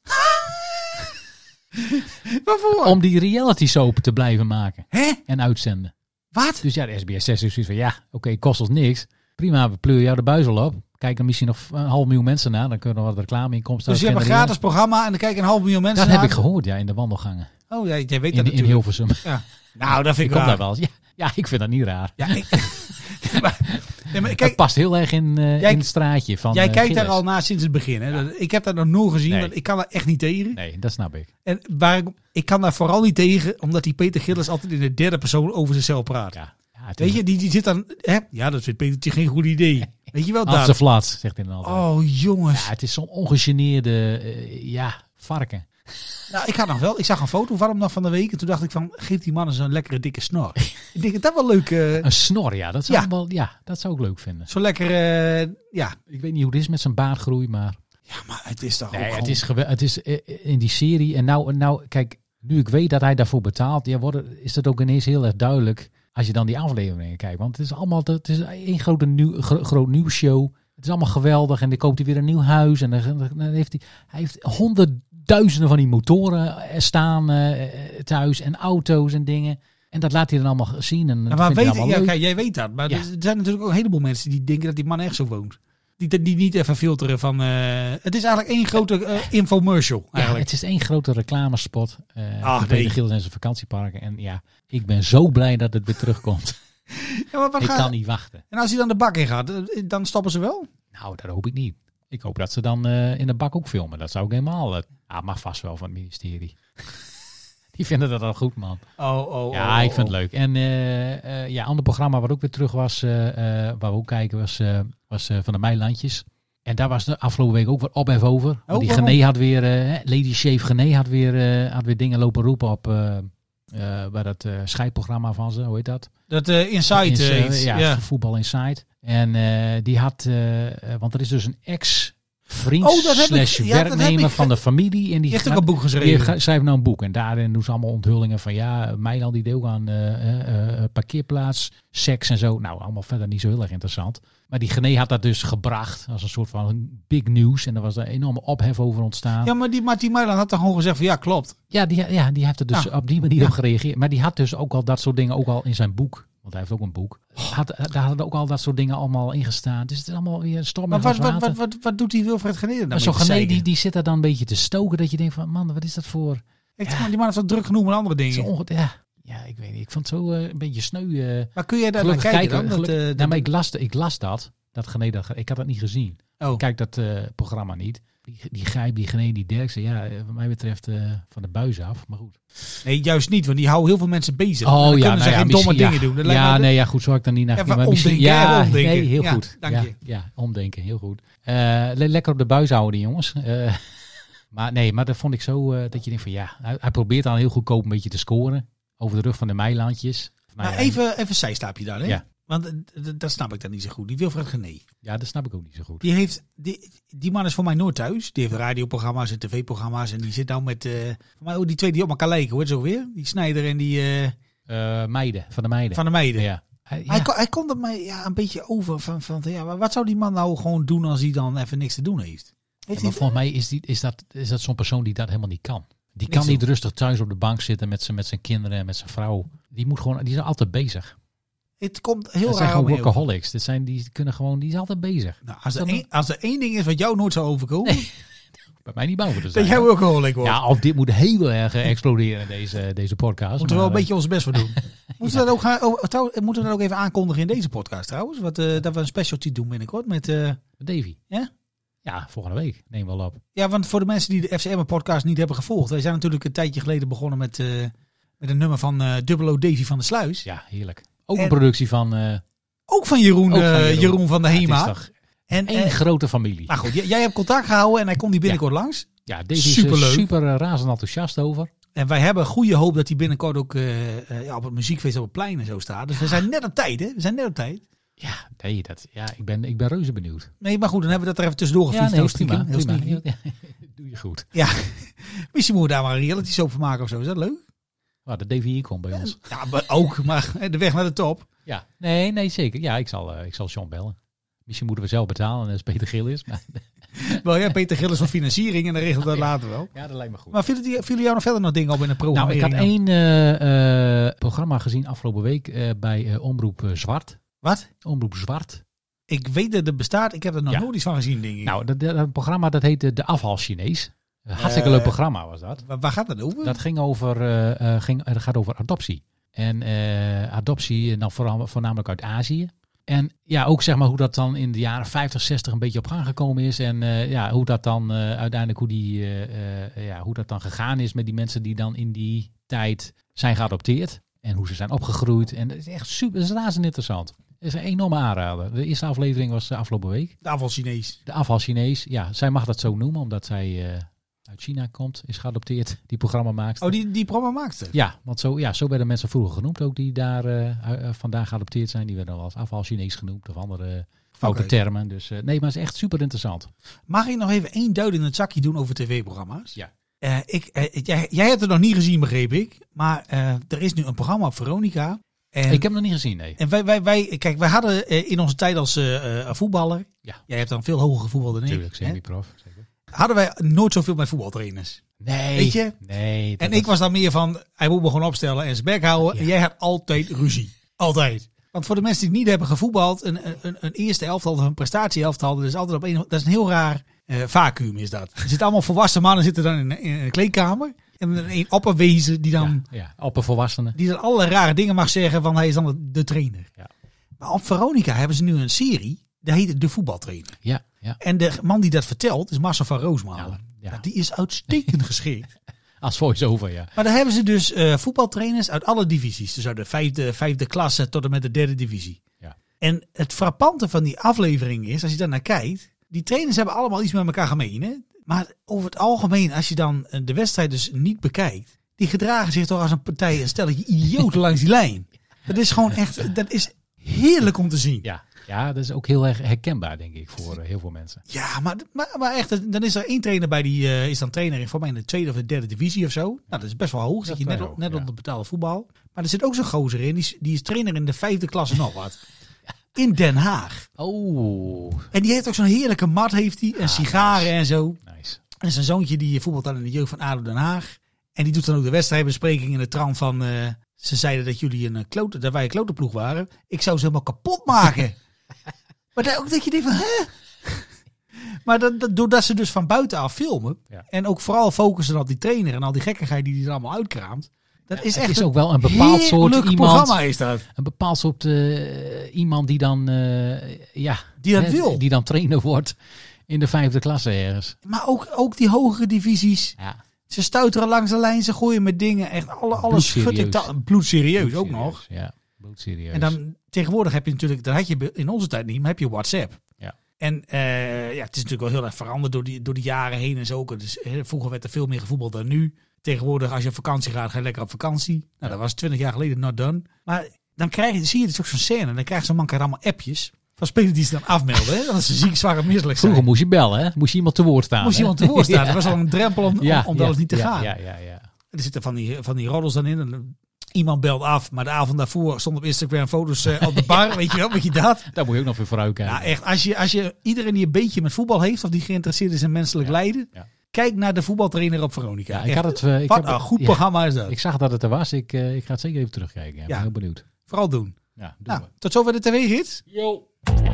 Waarvoor? om die reality soap te blijven maken Hè? en uitzenden. Wat? Dus ja, de SBS 6 is zoiets van oké, kost ons niks. Prima, we pleuren jou de buis al op. Kijken er misschien nog 500.000 mensen naar. Dan kunnen we wat reclameinkomsten Dus je hebt een genereren. gratis programma en dan kijken 500.000 mensen Dat naar. heb ik gehoord, ja, in de wandelgangen. Oh ja, jij weet dat In natuurlijk. Hilversum. Ja. Nou, dat vind Ik ik kom daar raar. wel eens. Ja, ik vind dat niet raar. Ja, maar Het kijk, past heel erg in het straatje van jij kijkt daar Gillis. al naar sinds het begin. Hè? Ik heb dat nog nooit gezien, Nee. want ik kan daar echt niet tegen. Nee, dat snap ik. En ik kan daar vooral niet tegen, omdat die Peter Gillis altijd in de derde persoon over zichzelf praat. Ja, het Weet is je, die zit dan... Hè? Ja, dat vindt Petertje geen goed idee. Weet je wel, Als de dat? flats, zegt hij dan altijd. Oh, jongens. Ja, het is zo'n ongegeneerde varken. Nou, ik zag een foto van hem nog van de week. En toen dacht ik van, geef die man eens een lekkere dikke snor. Ik denk, dat wel leuk. Een snor, ja. Dat zou Ja. ik wel, dat zou ik leuk vinden. Zo lekker, ja. Ik weet niet hoe het is met zijn baardgroei, maar... Ja, maar het is toch Nee, ook het is in die serie. En nou, kijk, nu ik weet dat hij daarvoor betaalt, is het ook ineens heel erg duidelijk als je dan die afleveringen kijkt. Want het is één groot nieuwsshow. Het is allemaal geweldig. En dan koopt hij weer een nieuw huis. En dan heeft hij heeft honderdduizenden van die motoren staan thuis. En auto's en dingen. En dat laat hij dan allemaal zien. En maar leuk. jij weet dat. Maar Ja. er zijn natuurlijk ook een heleboel mensen die denken dat die man echt zo woont. Die niet even filteren van... het is eigenlijk één grote infomercial. Ja, Eigenlijk. het is één grote reclamespot. Ach, Peter nee. Gillis en zijn vakantieparken. En ja, ik ben zo blij dat het weer terugkomt. Ja, maar Ik kan niet wachten. En als hij dan de bak in gaat, dan stoppen ze wel? Nou, dat hoop ik niet. Ik hoop dat ze dan in de bak ook filmen. Dat zou ik helemaal... mag vast wel van het ministerie. Die vinden dat al goed, man. Ja, ik vind het leuk. En ander programma wat ook weer terug was, waar we ook kijken, was Van de Meilandjes. En daar was de afgelopen week ook wat ophef over. Want die waarom? Gené had weer, Lady Shave Gené had weer dingen lopen roepen op bij dat scheidprogramma van ze. Hoe heet dat? Dat Inside. Ja, Voetbal Inside. En die had, want er is dus een ex-vriend werknemer van de familie. En die heeft ook een boek geschreven. Die schrijft nou een boek. En daarin doen ze allemaal onthullingen van Meiland die deed ook aan parkeerplaats, seks en zo. Nou, allemaal verder niet zo heel erg interessant. Maar die Gené had dat dus gebracht als een soort van big news. En er was een enorme ophef over ontstaan. Ja, maar die Martin Meiland had toch gewoon gezegd van ja, klopt. Ja, die heeft er dus op die manier op gereageerd. Maar die had dus ook al dat soort dingen ook al in zijn boek. Want hij heeft ook een boek. Daar hadden ook al dat soort dingen allemaal in gestaan. Dus het is allemaal weer een storm in het water. Wat doet die Wilfred Gené dan? Zo'n Gené die zit daar dan een beetje te stoken. Dat je denkt van, man, wat is dat voor... Die man heeft wat druk genoeg met andere dingen. Ja, ik weet niet. Ik vond het zo een beetje sneu. Maar kun jij daar naar kijken dan? Maar ik las dat Gené ik had dat niet gezien. Oh. Ik kijk dat programma niet. Die Gijp, die Gené, die Derksen. Ja, wat mij betreft van de buis af. Maar goed. Nee, juist niet. Want die houden heel veel mensen bezig. Oh dan ja, kunnen ze geen domme dingen doen. Goed, zo had ik dan niet naar even maar omdenken. Omdenken. Nee, heel ja, goed. Dank je. Ja, omdenken, heel goed. Lekker op de buis houden, die jongens. Maar dat vond ik zo dat je denkt van hij probeert dan heel goedkoop een beetje te scoren. Over de rug van de Meilandjes. Maar even een zijstaapje daar, hè? Ja. Want dat snap ik dan niet zo goed. Die Wilfred Gené. Ja, dat snap ik ook niet zo goed. Die man is voor mij nooit thuis. Die heeft radioprogramma's en tv-programma's. En die zit nou met... die twee die op elkaar lijken, hoor. Zo weer. Die Snijder en die... Meiden, van de meiden. Van de meiden. Ja. Hij komt er mij een beetje over van maar wat zou die man nou gewoon doen als hij dan even niks te doen heeft? Maar volgens mij is dat zo'n persoon die dat helemaal niet kan. Die kan niet rustig thuis op de bank zitten met zijn kinderen en met zijn vrouw. Die is altijd bezig. Het komt heel dat raar. zijn gewoon workaholics. Die is altijd bezig. Nou, als er één ding is wat jou nooit zou overkomen, nee, bij mij niet boven te dat zijn. jij workaholic wordt. Ja, of dit moet heel erg exploderen deze podcast. Moeten we wel een beetje ons best voor doen. Moeten we dat ook even aankondigen in deze podcast trouwens? Dat we een specialty doen binnenkort met Davy. Ja? Ja, volgende week. Neem wel op. Ja, want voor de mensen die de FCM-podcast niet hebben gevolgd. Wij zijn natuurlijk een tijdje geleden begonnen met een nummer van Double O Davy van der Sluis. Ja, heerlijk. Ook een productie van... ook van Jeroen van de Hema. Het is toch één grote familie. Maar goed, jij hebt contact gehouden en hij komt hier binnenkort langs. Ja, Davy is super razend enthousiast over. En wij hebben goede hoop dat hij binnenkort ook op het muziekfeest op het plein en zo staat. Dus we zijn net op tijd, hè? We zijn net op tijd. Ja, nee, ik ben reuze benieuwd. Nee, maar goed, dan hebben we dat er even tussendoor gefietst. Ja, nee, prima. Doe je goed. Ja, misschien moeten we daar maar een reality soap van maken of zo. Is dat leuk? Oh, de Davy hier komt bij ons. Ja, maar ook. Maar de weg naar de top. Ja, nee, zeker. Ja, ik zal John bellen. Misschien moeten we zelf betalen als Peter Gillis. Maar... Wel ja, Peter Gillis van financiering en dan regelt dat later wel. Ja, dat lijkt me goed. Maar vielen jou nog verder nog dingen op in het programma? Nou, ik had één programma gezien afgelopen week bij Omroep Zwart. Wat? Omroep Zwart. Ik weet dat het bestaat. Ik heb er nog nooit iets van gezien, denk ik. Nou, dat programma dat heette De Afval Chinees. Hartstikke leuk programma was dat. Waar gaat dat over? Dat ging het gaat over adoptie. En adoptie dan voornamelijk uit Azië. En ja, ook zeg maar hoe dat dan in de jaren 50, 60 een beetje op gang gekomen is. En hoe dat dan uiteindelijk hoe dat dan gegaan is met die mensen die dan in die tijd zijn geadopteerd. En hoe ze zijn opgegroeid. En dat is echt super, dat is razend interessant. Dat is een enorme aanrader. De eerste aflevering was de afgelopen week. De Afval Chinees. De Afval Chinees. Ja, zij mag dat zo noemen, omdat zij uit China komt, is geadopteerd, die programma maakt. Oh, die programma maakte? Ja, want zo werden mensen vroeger genoemd, ook die daar vandaan geadopteerd zijn. Die werden wel als Afval Chinees genoemd of andere foute Oké. termen. Dus nee, maar het is echt super interessant. Mag ik nog even 1 duit in het zakje doen over tv-programma's? Ja. Jij hebt het nog niet gezien, begreep ik. Maar er is nu een programma op Veronica. En, Ik heb hem nog niet gezien, nee. en wij hadden in onze tijd als voetballer... Ja. Jij hebt dan veel hoger gevoetbald dan ik. Tuurlijk, hè? semi-prof. Zeker. Hadden wij nooit zoveel met voetbaltrainers. Nee. Weet je? Nee. En ik was dan meer van, hij moet me gewoon opstellen en zijn bek houden. Ja. En jij had altijd ruzie. Altijd. Want voor de mensen die het niet hebben gevoetbald, een eerste elftal of een prestatieelftal, dat is altijd dat is een heel raar vacuüm is dat. Er zitten allemaal volwassen mannen zitten dan in een kleedkamer. En een opperwezen die dan, Ja, oppervolwassenen. die dan alle rare dingen mag zeggen van hij is dan de trainer. Ja. Maar op Veronica hebben ze nu een serie, dat heet De Voetbaltrainer. Ja, ja. En de man die dat vertelt is Marcel van Roosmalen. Ja. Nou, die is uitstekend geschikt. Als voice-over, ja. Maar daar hebben ze dus voetbaltrainers uit alle divisies. Dus uit de vijfde klasse tot en met de 3e divisie. Ja. En het frappante van die aflevering is, als je daar naar kijkt, die trainers hebben allemaal iets met elkaar gemeen. Hè? Maar over het algemeen, als je dan de wedstrijd dus niet bekijkt, die gedragen zich toch als een partij, een stelletje idioten langs die lijn. Dat is gewoon echt, dat is heerlijk om te zien. Ja. Ja, dat is ook heel erg herkenbaar, denk ik, voor heel veel mensen. Ja, maar echt, dan is er 1 trainer bij die is dan trainer in, voor mij in de 2e of de 3e divisie of zo. Nou, dat is best wel hoog. Zit je wel net, hoog, net ja. onder betaalde voetbal. Maar er zit ook zo'n gozer in, die is trainer in de 5e klasse nog wat. In Den Haag. Oh, En die heeft ook zo'n heerlijke mat, heeft hij. En sigaren en zo. nice. En zijn zoontje die voetbalt dan in de jeugd van ADO Den Haag. En die doet dan ook de wedstrijdbespreking in de trant van... ze zeiden dat jullie dat wij een klotenploeg waren. Ik zou ze helemaal kapot maken. Maar daar ook dat je denkt van... Hè? Maar doordat ze dus van buitenaf filmen... Ja. En ook vooral focussen op die trainer en al die gekkigheid die hij er allemaal uitkraamt. Dat is echt Het is ook wel een bepaald soort heerlijk iemand. programma is dat. Een bepaald soort iemand die dan... Die dat wil. Die dan trainer wordt in de 5e klasse ergens. Maar ook die hogere divisies. Ja. Ze stuiteren langs de lijn, ze gooien met dingen. Echt alles Bloedserieus. Bloedserieus ook nog. Ja, bloedserieus. En dan tegenwoordig heb je natuurlijk, dat had je in onze tijd niet, maar heb je WhatsApp. Ja. En het is natuurlijk wel heel erg veranderd door de jaren heen en zo. Dus, vroeger werd er veel meer gevoetbald dan nu. Tegenwoordig, als je op vakantie gaat, ga je lekker op vakantie. Nou, dat was 20 jaar geleden not done. Maar dan zie je dus ook zo'n scène. Dan krijgt zo'n man allemaal appjes van spelers die ze dan afmelden. Hè? Dat ze ziek, zwaar en misselijk zijn. Vroeger moest je bellen, hè? Moest je iemand te woord staan. Moest hè? iemand te woord staan. Ja. Dat was al een drempel om wel eens niet te gaan. Ja. Er zitten van die roddels dan in. En iemand belt af, maar de avond daarvoor stond op Instagram foto's op de bar. Weet je wel, weet je dat? Daar moet je ook nog weer vooruit kijken. Nou echt, als je iedereen die een beetje met voetbal heeft of die geïnteresseerd is in menselijk lijden, Ja. kijk naar de voetbaltrainer op Veronica. Ja, ik Echt, had het, ik wat heb een het- goed ja, programma is dat. Ik zag dat het er was. Ik ga het zeker even terugkijken. Ja, ik Ja. ben heel benieuwd. Vooral doen. Ja, doen Nou, we. tot zover de tv-gids. Yo.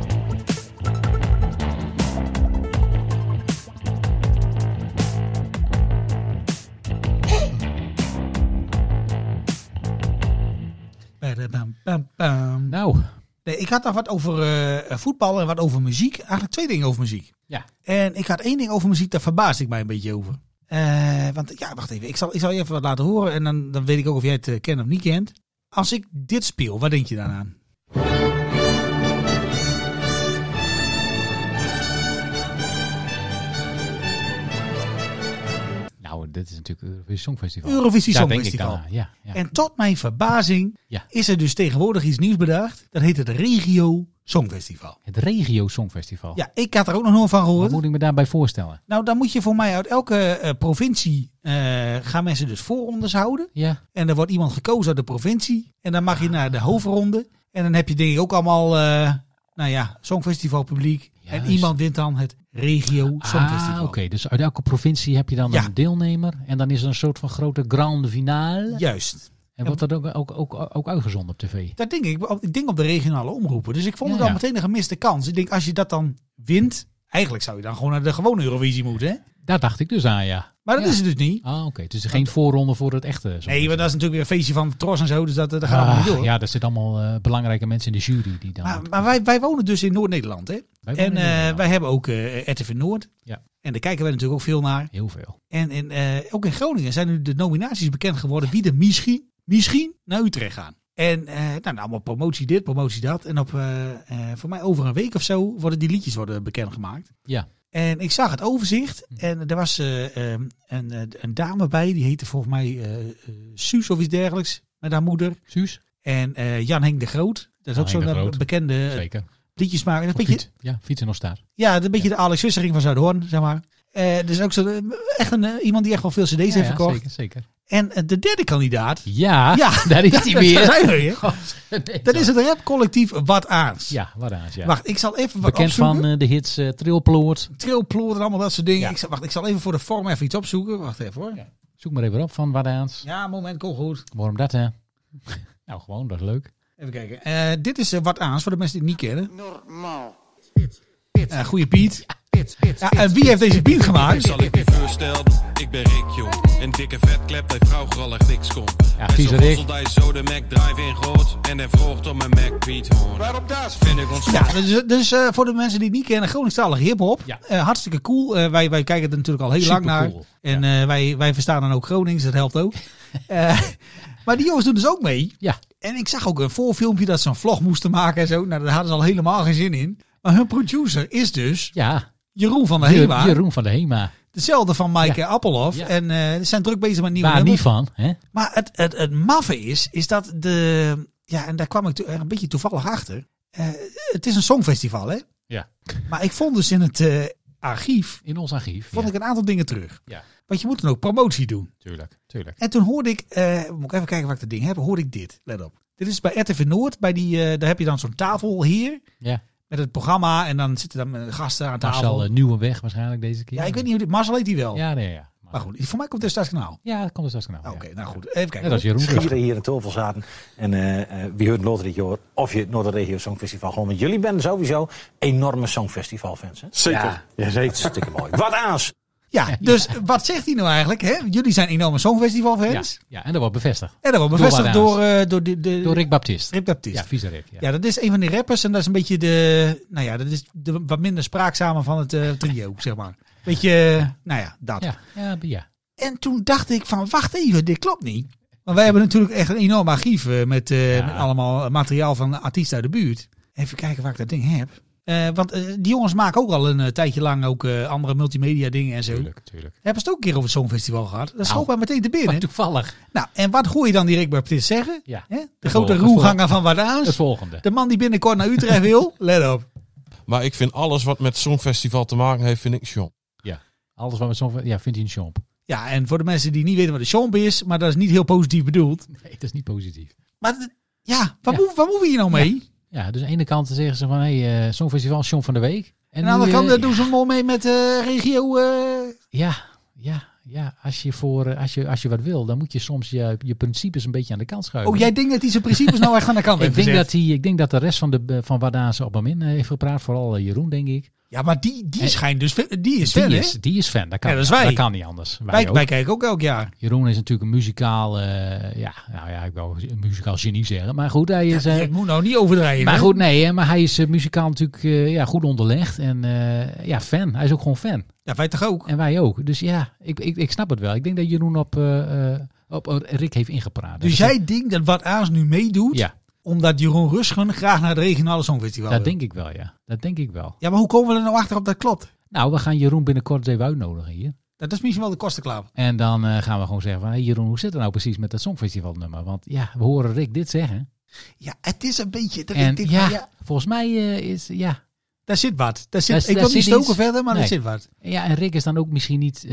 Nou, Nee, ik had nog wat over voetbal en wat over muziek. Eigenlijk 2 dingen over muziek. ja. En ik had 1 ding over muziek, daar verbaasde ik mij een beetje over. Want ja, wacht even. Ik zal je even wat laten horen en dan weet ik ook of jij het kent of niet kent. Als ik dit speel, wat denk je dan aan? Nou, dit is natuurlijk Eurovisie Songfestival. Eurovisie Daar denk Songfestival. ik aan. Ja, ja. En tot mijn verbazing Ja. is er dus tegenwoordig iets nieuws bedacht. Dat heet het Regio Songfestival. Het Regio Songfestival. Ja, ik had er ook nog nooit van Wat gehoord. moet ik me daarbij voorstellen? Nou, dan moet je voor mij uit elke provincie gaan mensen dus voorrondes houden. Ja. En er wordt iemand gekozen uit de provincie. En dan mag je naar de hoofdronde. En dan heb je denk ik ook allemaal, Songfestival publiek. Juist. En iemand wint dan het Regio Songfestival. Ah, oké. Dus uit elke provincie heb je dan Ja. een deelnemer. En dan is er een soort van grote grande finale. Juist. En wordt dat ook uitgezonden op tv? Dat denk ik. Ik denk op de regionale omroepen. Dus ik vond Ja, het al ja. meteen een gemiste kans. Ik denk, als je dat dan wint... Eigenlijk zou je dan gewoon naar de gewone Eurovisie moeten, hè? Daar dacht ik dus aan, ja. Maar dat Ja. is het dus niet. Ah, oké. Dus geen voorronde voor het echte. Nee, maar dat is natuurlijk weer een feestje van Tros en zo. Dus dat gaat allemaal niet door. Ja, er zitten allemaal belangrijke mensen in de jury die dan... Maar wij wonen dus in Noord-Nederland, hè? Wij En wonen in Nederland. wij hebben ook RTV Noord. Ja. En daar kijken wij natuurlijk ook veel naar. Heel veel. En ook in Groningen zijn nu de nominaties bekend geworden wie er misschien naar Utrecht gaan. En allemaal promotie dit, promotie dat. En voor mij over een week of zo worden die liedjes bekendgemaakt. Ja. En ik zag het overzicht. En er was een dame bij, die heette volgens mij Suus of iets dergelijks. Met haar moeder. Suus? En Jan Henk de Groot. Dat is ook Henk de zo'n Groot. bekende Zeker. liedjes maken. Dat is een beetje, Ja, fietsen nog staat. een beetje de Alex Wissering van Zuidhoorn, zeg maar. Dus ook zo, echt iemand die echt wel veel cd's heeft verkocht. Zeker. En de derde kandidaat. Ja, Ja, daar is hij daar weer. zijn we weer. God, nee, Dat is het rapcollectief Wat Aans. Ja, wat aan. Ja. Wacht, ik zal even wat Bekend opzoeken. van de hits Trilploort. Trilploor en allemaal dat soort dingen. Ja. Ik zal even voor de vorm even iets opzoeken. Wacht even hoor. Ja. Zoek maar even op van wat aan. Ja, moment, kom goed. Waarom dat, hè? Nou, gewoon, dat is leuk. Even kijken. Dit is Wat Aans, voor de mensen die het niet kennen. Normaal. Goeie Piet. Ja, en wie heeft deze beat gemaakt? Zal ik me voorstellen, ik ben Rick, jong. Een dikke vetklep dat vrouw grallig niks komt. Ja, En vieze zo Rick. vozzelt hij zo de Mac drive in groot. En hij vroeg om een Mac Piet hoorn. Waarom dat? Vind ik ons Ja, dus voor de mensen die het niet kennen, Groningstalige hiphop. Ja. Hartstikke cool. Wij kijken er natuurlijk al heel lang naar. Supercool. En wij verstaan dan ook Gronings, dat helpt ook. Maar die jongens doen dus ook mee. Ja. En ik zag ook een voorfilmpje dat ze een vlog moesten maken en zo. Nou, daar hadden ze al helemaal geen zin in. Maar hun producer is dus Ja, Jeroen van der Hema. Jeroen van der Hema. Dezelfde van Maaike Appelhoff. Ja. En ze zijn druk bezig met nieuwe Waar niet nummers. van, hè? Maar het maffe is dat de... Ja, en daar kwam ik een beetje toevallig achter. Het is een songfestival, hè? Ja. Maar ik vond dus in het archief In ons archief. vond Ja. ik een aantal dingen terug. Ja, Want je moet dan ook promotie doen. tuurlijk. En toen hoorde ik... moet ik even kijken waar ik dat ding heb. Hoorde ik dit. Let op. Dit is bij RTV Noord. Bij die, daar heb je dan zo'n tafel hier. Ja. Met het programma. En dan zitten dan gasten aan tafel. Marcel Nieuwenweg waarschijnlijk deze keer. Ja, ik weet niet hoe dit... Marcel heet die wel. Ja, nee, ja. Maar goed, voor mij komt het Stadskanaal. Ja, dat komt dus kanaal. Oké, nou goed. Even kijken. Ja, dat is Jeroen. Schieren hier in Tulvel zaten. En wie hoort Noordregio of je Noorderregio Songfestival gewoon. Want jullie zijn sowieso enorme Songfestival-fans. Hè? Zeker. Ja, zeker. Hartstikke mooi. Wat aans. Ja, dus wat zegt hij nou eigenlijk? Hè? Jullie zijn enorme Songfestival-fans. Ja, en dat wordt bevestigd. En dat wordt Door bevestigd Wadaas. door Door Rick Baptist. Rick Baptist. Ja, vieze Rick. Ja. Ja, dat is een van die rappers en dat is een beetje de, nou ja, dat is de wat minder spraakzame van het trio, zeg maar. Beetje, nou ja, dat. Ja. En toen dacht ik van, wacht even, dit klopt niet. Want wij hebben natuurlijk echt een enorm archief met allemaal materiaal van artiesten uit de buurt. Even kijken waar ik dat ding heb. Want die jongens maken ook al een tijdje lang ook andere multimedia dingen en zo. Tuurlijk. Hebben ze het ook een keer over het Songfestival gehad? Dat schoot mij meteen te binnen. Maar toevallig. Nou, en wat hoor je dan die Rick Baptist zeggen? Ja. Hè? De grote Het roelganger van Wadaas. Het volgende. De man die binnenkort naar Utrecht wil. Let op. Maar ik vind alles wat met Songfestival te maken heeft, vind ik John. Alles wat we zo... Ja, vindt hij een chomp. Ja, en voor de mensen die niet weten wat de chomp is, maar dat is niet heel positief bedoeld. Nee, dat is niet positief. Maar waar moeten we hier nou mee? Ja, dus aan de ene kant zeggen ze van, hey, Songfestival, Chomp van de Week. En aan de andere nu, kant doen ze wel mee met regio... Ja, als je wat wil, dan moet je soms je principes een beetje aan de kant schuiven. Oh, jij denkt dat hij zijn principes nou echt aan de kant heeft gezet? Ik denk dat de rest van Wadaas op hem in heeft gepraat. Vooral Jeroen, denk ik. Ja, maar die schijnt dus... Die is fan, hè? Die is fan. Dat kan, Ja, dat is wij. Dat kan niet anders. Wij ook. Wij kijken ook elk jaar. Jeroen is natuurlijk een muzikaal... ik wou een muzikaal genie zeggen. Maar goed, hij is... Je moet nou niet overdrijven. maar hè? goed, nee. Maar hij is muzikaal natuurlijk goed onderlegd. En fan. Hij is ook gewoon fan. Ja, wij toch ook? En wij ook. Dus ja, ik snap het wel. Ik denk dat Jeroen op Rick heeft ingepraat. Dus jij denkt dat Wat Aans nu meedoet... Ja, omdat Jeroen Rusgen graag naar het regionale songfestival dat wil? denk ik wel, ja. Dat denk ik wel. Ja, maar hoe komen we er nou achter op dat klopt? Nou, we gaan Jeroen binnenkort even uitnodigen hier. Dat is misschien wel de kostenklaap. En dan gaan we gewoon zeggen van... Hey Jeroen, hoe zit het nou precies met dat Songfestivalnummer? Want ja, we horen Rick dit zeggen. Ja, het is een beetje... En volgens mij is... Ja, Daar zit wat. Ik daar wil niet zit stoken iets. verder, maar Nee. er zit wat. ja, en Rick is dan ook misschien niet...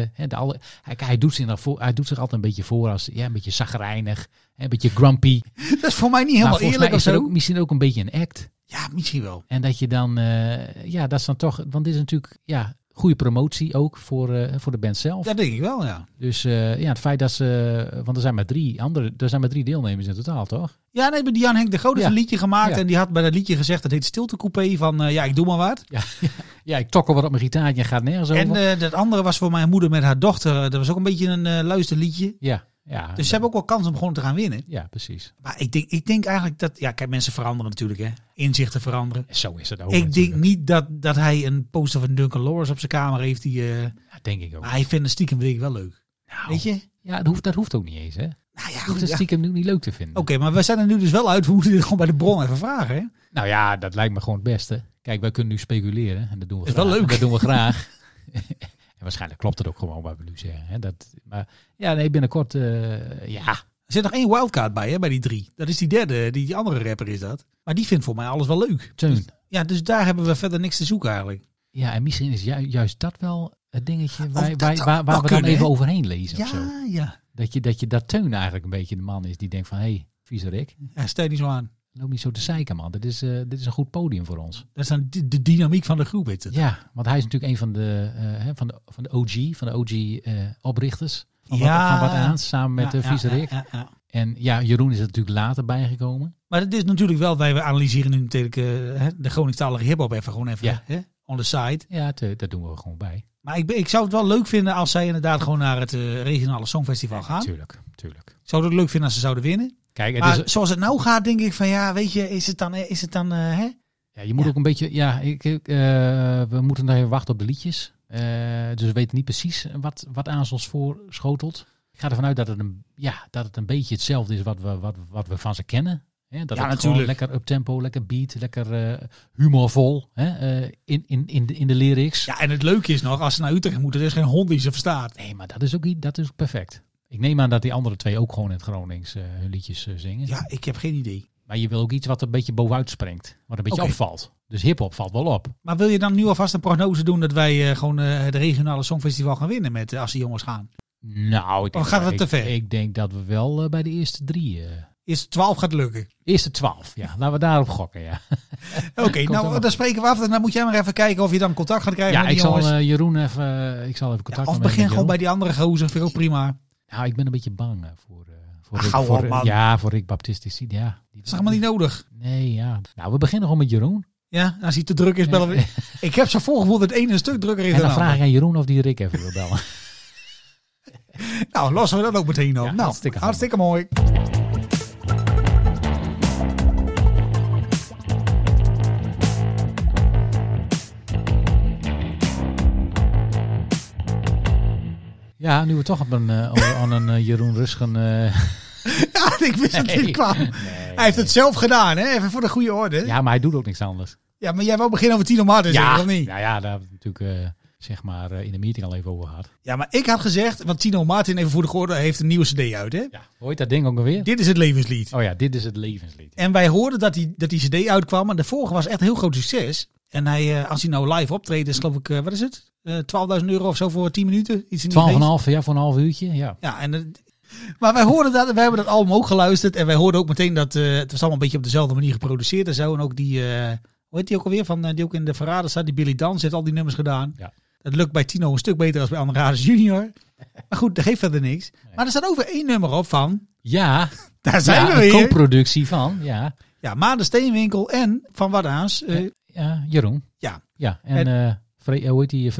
hij doet zich altijd een beetje voor als... Ja, een beetje zagrijnig. Een beetje grumpy. Dat is voor mij niet Maar helemaal volgens mij eerlijk of is dat zo. ook, misschien ook een beetje een act. Ja, misschien wel. En dat je dan... dat is dan toch... Want dit is natuurlijk... Ja, goede promotie ook voor de band zelf. Dat denk ik wel, ja. Dus het feit dat ze... Want er zijn maar drie deelnemers in totaal, toch? Ja, nee, maar Jan Henk de Groot heeft Ja. een liedje gemaakt. Ja. En die had bij dat liedje gezegd, dat heet Stiltecoupé. Van, ik doe maar wat. Ja, ik tokkel wat op mijn gitaartje en gaat nergens over. En dat andere was voor mijn moeder met haar dochter. Dat was ook een beetje een luisterliedje. Ja. Dus ze hebben ook wel kans om gewoon te gaan winnen. Ja, precies. Maar ik denk eigenlijk dat... Ja, kijk, mensen veranderen natuurlijk, hè. Inzichten veranderen. Zo is het ook. Ik denk natuurlijk. niet dat hij een poster van Duncan Lawrence op zijn kamer heeft. Ja, denk ik ook. Maar hij vindt het stiekem weet ik wel leuk. Nou, Weet je? Ja, dat hoeft ook niet eens, hè. Nou ja, Je hoeft goed, het ja. stiekem nu niet leuk te vinden. Oké, maar we zijn er nu dus wel uit. We moeten dit gewoon bij de bron even vragen, hè? Nou ja, dat lijkt me gewoon het beste. Kijk, wij kunnen nu speculeren. En dat doen we Is graag. wel leuk. En dat doen we graag. En waarschijnlijk klopt het ook gewoon wat we nu zeggen. Hè. Maar ja, nee, binnenkort... ja, Er zit nog één wildcard bij, hè, bij die 3. Dat is die derde, die andere rapper is dat. Maar die vindt voor mij alles wel leuk. Teun. Ja, dus daar hebben we verder niks te zoeken eigenlijk. Ja, en misschien is juist dat wel het dingetje Of waar dat waar zou we wel dan kunnen, even hè? overheen lezen of zo. Ja. Dat je dat Teun eigenlijk een beetje de man is die denkt van... Hé, viezerik, Ja, stel je niet zo aan. loop niet zo te zeiken, man. Dit is een goed podium voor ons. Dat is dan de dynamiek van de groep. Is het. Ja, want hij is natuurlijk een van de OG oprichters van Wat Aans, samen met Viezerik. Ja. En ja, Jeroen is er natuurlijk later bijgekomen. Maar het is natuurlijk wel, wij analyseren nu natuurlijk de Groningstalige hiphop even on the side. Ja, dat doen we gewoon bij. Maar ik zou het wel leuk vinden als zij inderdaad gewoon naar het regionale songfestival gaan. Tuurlijk. Ik zou het leuk vinden als ze zouden winnen. Kijk, Maar zoals het nou gaat, denk ik van ja, weet je, is het dan hè? Ja, je moet ook een beetje... Ja, we moeten nog even wachten op de liedjes. Dus we weten niet precies wat aan ons voorschotelt. Ik ga ervan uit dat het een beetje hetzelfde is wat we van ze kennen. Hè? Dat Ja, het natuurlijk. gewoon lekker uptempo, lekker beat, lekker humorvol in de lyrics. Ja, en het leuke is nog, als ze naar Utrecht moeten, er is geen hond die ze verstaat. Nee, maar dat is ook perfect. Ik neem aan dat die andere twee ook gewoon in het Gronings hun liedjes zingen. Ja, ik heb geen idee. Maar je wil ook iets wat een beetje bovenuit springt. Wat een beetje Oké. opvalt. Dus hiphop valt wel op. Maar wil je dan nu alvast een prognose doen dat wij gewoon het regionale songfestival gaan winnen met als die jongens gaan? Nou, Of gaat het te ver? Ik denk dat we wel bij de eerste 3... Is 12 gaat lukken? Eerste 12, ja. Laten we daarop gokken, ja. Oké, nou dan spreken we af. Dan moet jij maar even kijken of je dan contact gaat krijgen Ja, met ik die jongens. zal Jeroen even... Ik zal even contact Of met begin gewoon Jeroen. bij die andere gozer, vind ik ook prima. Nou, ik ben een beetje bang voor hou op, man. Ja, voor Rick Baptisti. Ja. Dat is helemaal niet nodig. Nee, ja. Nou, we beginnen gewoon met Jeroen. Ja, als hij te druk is, bellen we. Ik heb zo voorgevoel dat het ene een stuk drukker is En dan dan het vraag ik andere. aan Jeroen of die Rick even wil bellen. Nou, lossen we dat ook meteen op. Ja, Nou, hartstikke hartstikke mooi. Ja, nu we toch op een Jeroen Rusgen... Ja, ik wist dat dit kwam. Hij heeft het zelf gedaan, hè? Even voor de goede orde. Ja, maar hij doet ook niks anders. Ja, maar jij wou beginnen over Tino Martin, zeg, of niet? Nou ja, daar hebben we natuurlijk zeg maar in de meeting al even over gehad. Ja, maar ik had gezegd, want Tino Martin, even voor de goede orde, heeft een nieuwe cd uit, hè? Ja, hoe heet dat ding ook alweer? Dit is het levenslied. Oh ja, dit is het levenslied. En wij hoorden dat die cd uitkwam, maar de vorige was echt een heel groot succes. En hij, als hij nou live optreedt, is geloof ik, wat is het? €12.000 of zo voor 10 minuten? Iets in die geest. 12,5, ja, voor een half uurtje, ja. Ja, maar wij hoorden dat, wij hebben dat album ook geluisterd. En wij hoorden ook meteen dat het was allemaal een beetje op dezelfde manier geproduceerd en zo. En ook die, hoe heet die ook alweer? Die ook in de Verrader staat, die Billy Dans heeft al die nummers gedaan. Ja. Dat lukt bij Tino een stuk beter dan bij André Hazes Junior. Maar goed, dat geeft verder niks. Nee. Maar er staat over 1 nummer op van... Ja, daar zijn we een weer. co-productie van, ja. Ja, Maan de Steenwinkel en Van Wat Aans. Ja, Jeroen. Ja. Ja, en hoe heet die?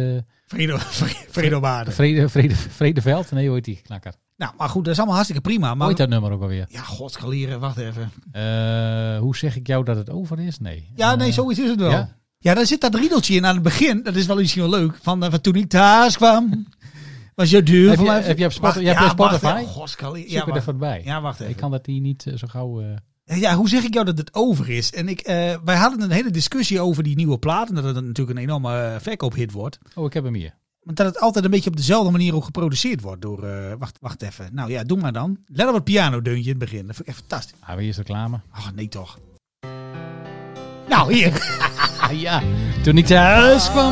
Fredo Waarde. Vredeveld? Nee, hoe heet die knakker? Nou, maar goed, dat is allemaal hartstikke prima. Maar... Hoe heet dat nummer ook alweer? Ja, godskalieren, wacht even. Hoe zeg ik jou dat het over is? Nee. Ja, nee, zoiets is het wel. Ja? Ja, daar zit dat riedeltje in aan het begin. Dat is wel iets heel leuk. Van toen ik thuis kwam, was je duur voor mij. Heb je op Spotify? Godskalieren. Zoek er even bij. Ja, wacht even. Ik kan dat die niet zo gauw... Ja, hoe zeg ik jou dat het over is? En wij hadden een hele discussie over die nieuwe plaat. En dat het natuurlijk een enorme verkoophit wordt. Oh, ik heb hem hier. Maar dat het altijd een beetje op dezelfde manier ook geproduceerd wordt door... wacht even. Nou ja, doe maar dan. Let op het pianodeuntje in het begin. Dat vind ik echt fantastisch. Gaan we eerst reclame? Oh, nee toch. Nou, hier. Ja, toen ik thuis kwam.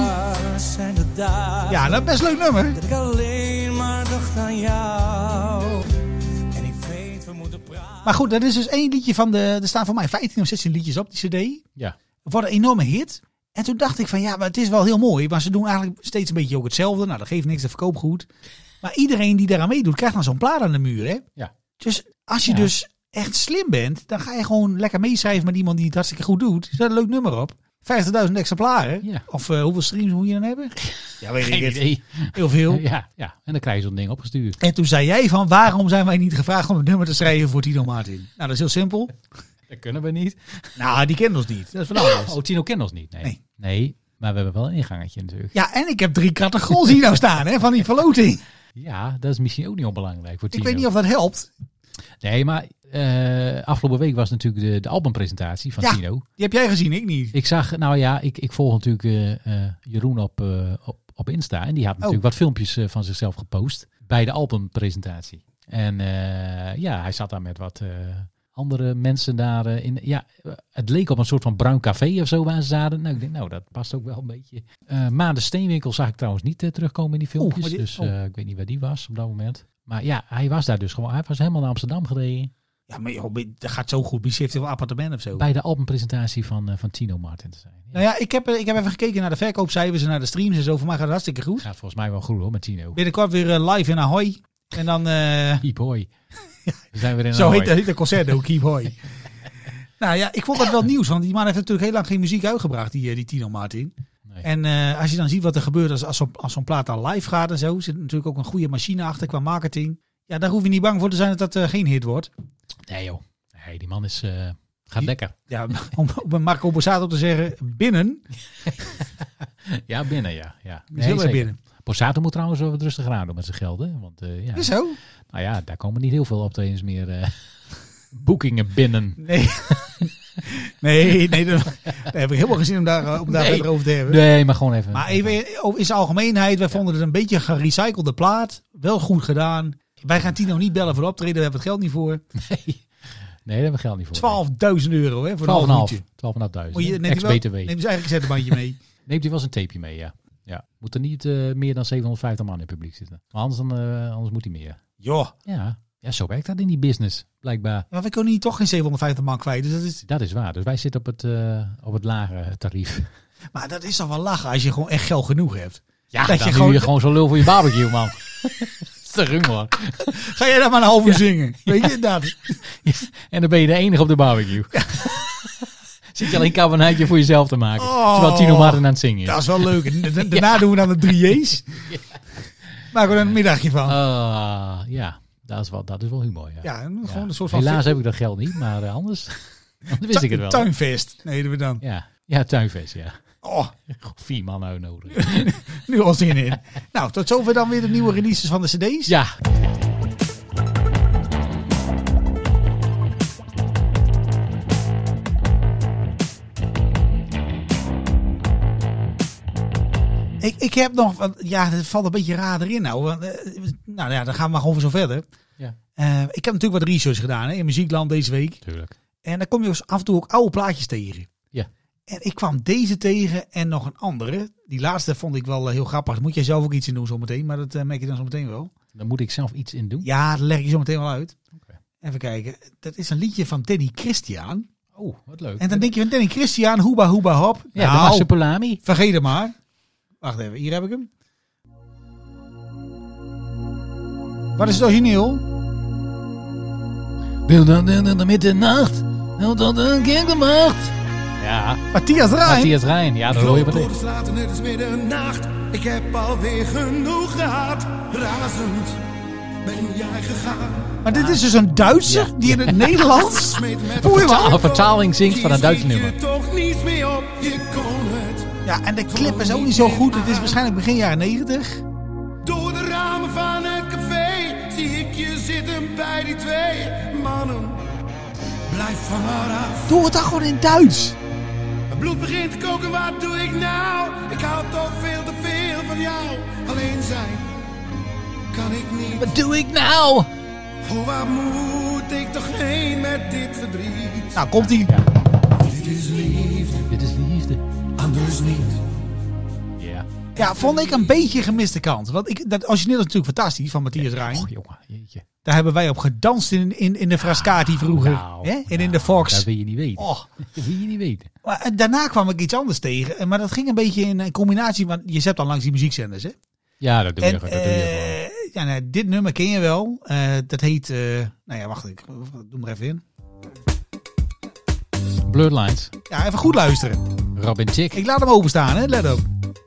Ja, dat is best leuk nummer. Dat ik alleen maar dacht aan jou. En ik weet, we moeten praten. Maar goed, dat is dus 1 liedje van er staan voor mij 15 of 16 liedjes op die cd. Ja. Het wordt een enorme hit. En toen dacht ik van ja, maar het is wel heel mooi. Maar ze doen eigenlijk steeds een beetje ook hetzelfde. Nou, dat geeft niks, dat verkoopt goed. Maar iedereen die daaraan meedoet, krijgt dan zo'n plaat aan de muur, hè? Ja. Dus als je dus echt slim bent, dan ga je gewoon lekker meeschrijven met iemand die het hartstikke goed doet. Zet een leuk nummer op. 50.000 exemplaren. Ja. Of hoeveel streams moet je dan hebben? Ja, weet ik Geen het. idee. Heel veel. Ja. En dan krijg je zo'n ding opgestuurd. En toen zei jij van, waarom zijn wij niet gevraagd om een nummer te schrijven voor Tino Martin? Nou, dat is heel simpel. Dat kunnen we niet. Nou, die kennen ons niet. Dat is van alles. Oh, Tino kent ons niet. Nee. Maar we hebben wel een ingangetje natuurlijk. Ja, en ik heb 3 kratten gol zien nou staan, hè, van die verloting. Ja, dat is misschien ook niet onbelangrijk voor Tino. Ik weet niet of dat helpt. Nee, maar afgelopen week was natuurlijk de albumpresentatie van Tino. Die heb jij gezien, ik niet. Ik zag, nou ja, ik volg natuurlijk Jeroen op Insta. En die had natuurlijk wat filmpjes van zichzelf gepost bij de albumpresentatie. En hij zat daar met wat andere mensen daar het leek op een soort van bruin café of zo waar ze zaten. Nou, ik denk, dat past ook wel een beetje. Maar de Steenwinkel zag ik trouwens niet terugkomen in die filmpjes. Ik weet niet waar die was op dat moment. Maar ja, hij was daar dus gewoon. Hij was helemaal naar Amsterdam gereden. Ja, maar joh, dat gaat zo goed. Misschien heeft hij wel een appartement of zo. Bij de albumpresentatie van Tino Martin te zijn. Ja. Nou ja, ik heb even gekeken naar de verkoopcijfers en naar de streams en zo. Voor mij gaat het hartstikke goed. Gaat volgens mij wel goed hoor, met Tino. Binnenkort weer live in Ahoy. En dan... Keep Hoy. We zijn weer in zo Ahoy. heet het concert ook, Keep Hoy. Nou ja, ik vond dat wel nieuws. Want die man heeft natuurlijk heel lang geen muziek uitgebracht, die Tino Martin. Nee. En als je dan ziet wat er gebeurt als zo'n plaat dan live gaat en zo. Zit natuurlijk ook een goede machine achter qua marketing. Ja, daar hoef je niet bang voor te zijn dat dat geen hit wordt. Nee joh. Nee, die man gaat lekker. Ja, om Marco Borsato te zeggen, binnen. Ja, binnen ja. Nee, heel erg binnen. Borsato moet trouwens wel wat rustiger aan doen met zijn geld. Hè? Want, Is zo? Nou ja, daar komen niet heel veel optredens meer boekingen binnen. Nee, daar heb ik helemaal gezien om daar verder over te hebben. Nee, maar gewoon even. Maar even in zijn algemeenheid, wij vonden het een beetje een gerecyclede plaat. Wel goed gedaan. Wij gaan Tino niet bellen voor optreden, daar hebben we het geld niet voor. Nee, daar hebben we geld niet voor. €12.000 hè, voor een half uurtje. 12.500. Ex-BTW. Neemt dus eigenlijk een zettenbandje mee. Neemt hij wel eens een tapeje mee, ja. Moet er niet meer dan 750 man in het publiek zitten. Maar anders moet hij meer. Joh. Ja, zo werkt dat in die business, blijkbaar. Maar we kunnen hier toch geen 750 man kwijt. Dus dat is waar. Dus wij zitten op het lage tarief. Maar dat is toch wel lachen als je gewoon echt geld genoeg hebt. Ja, dat je gewoon zo lul voor je barbecue, man. Dat is te humor. Ga jij daar maar een half uur zingen? Weet je dat? Ja, en dan ben je de enige op de barbecue. Ja. Zit je alleen een kabinetje voor jezelf te maken. Terwijl Tino Martin aan het zingen is. Dat is wel leuk. Daarna doen we dan de 3 J's. Maken we er een middagje van. Ja, dat is wel humor. Ja, gewoon een soort van... Helaas heb ik dat geld niet, maar anders wist ik het wel. Tuinfest. Nee, doen we dan. Ja, tuinfest, ja. 4 man uitnodigen. Nu al zin in. Nou, tot zover dan weer de nieuwe releases van de cd's. Ja. Ik heb nog... het valt een beetje raar erin nou. Dan gaan we maar gewoon zo verder. Ja. Ik heb natuurlijk wat research gedaan in Muziekland deze week. Tuurlijk. En daar kom je af en toe ook oude plaatjes tegen. Ja. En ik kwam deze tegen en nog een andere. Die laatste vond ik wel heel grappig. Daar moet jij zelf ook iets in doen zometeen. Maar dat merk je dan zometeen wel. Dan moet ik zelf iets in doen? Ja, dat leg ik je zometeen wel uit. Okay. Even kijken. Dat is een liedje van Danny Christian. Oh, wat leuk. En dan denk je van Danny Christian, Hoeba Hoeba Hop. Ja, de Marsupilami. Vergeet het maar. Wacht even, hier heb ik hem. Wat is het origineel? Wil dan in de middernacht, wil dat een kind gemaakt. Ja. Matthias Rijn. Ja, dat hoor je wat in. Het is middernacht, ik heb alweer genoeg gehad. Razend ben jij gegaan. Maar dit is dus een Duitser die in het Nederlands een vertaling zingt van een Duits nummer. Toch niets meer op, je kon het. Ja, en de clip is ook niet zo goed. Het is waarschijnlijk begin jaren 90. Door de ramen van het café zie ik je zitten bij die 2 mannen. Blijf van haar af. Doe het dan gewoon in Duits. Mijn bloed begint te koken, wat doe ik nou? Ik hou toch veel te veel van jou. Alleen zijn kan ik niet. Wat doe ik nou? Oh, waar moet ik toch heen met dit verdriet? Nou, komt-ie. Ja. Dit is liefde. Dit is liefde. Anders niet. Ja. Ja, vond ik een beetje gemiste kans. Want dat origineel is natuurlijk fantastisch van Matthias Rijn. Och, jongen, jeetje. Daar hebben wij op gedanst in de Frascati vroeger. En in de Fox. Dat wil je niet weten. Dat wil je niet weten. Maar daarna kwam ik iets anders tegen. Maar dat ging een beetje in een combinatie. Want je zet dan langs die muziekzenders, hè? Ja, dat doe je gewoon. Dit nummer ken je wel. Dat heet... wacht, ik doe maar even in. Blurred Lines. Ja, even goed luisteren. Robin Thicke. Ik laat hem openstaan, hè? Let op.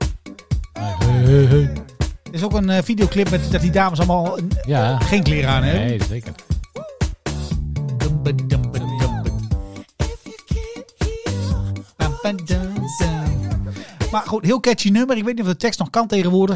Er is ook een videoclip met dat die dames allemaal geen kleren aan hebben. Nee, zeker. Maar goed, heel catchy nummer. Ik weet niet of de tekst nog kan tegenwoordig.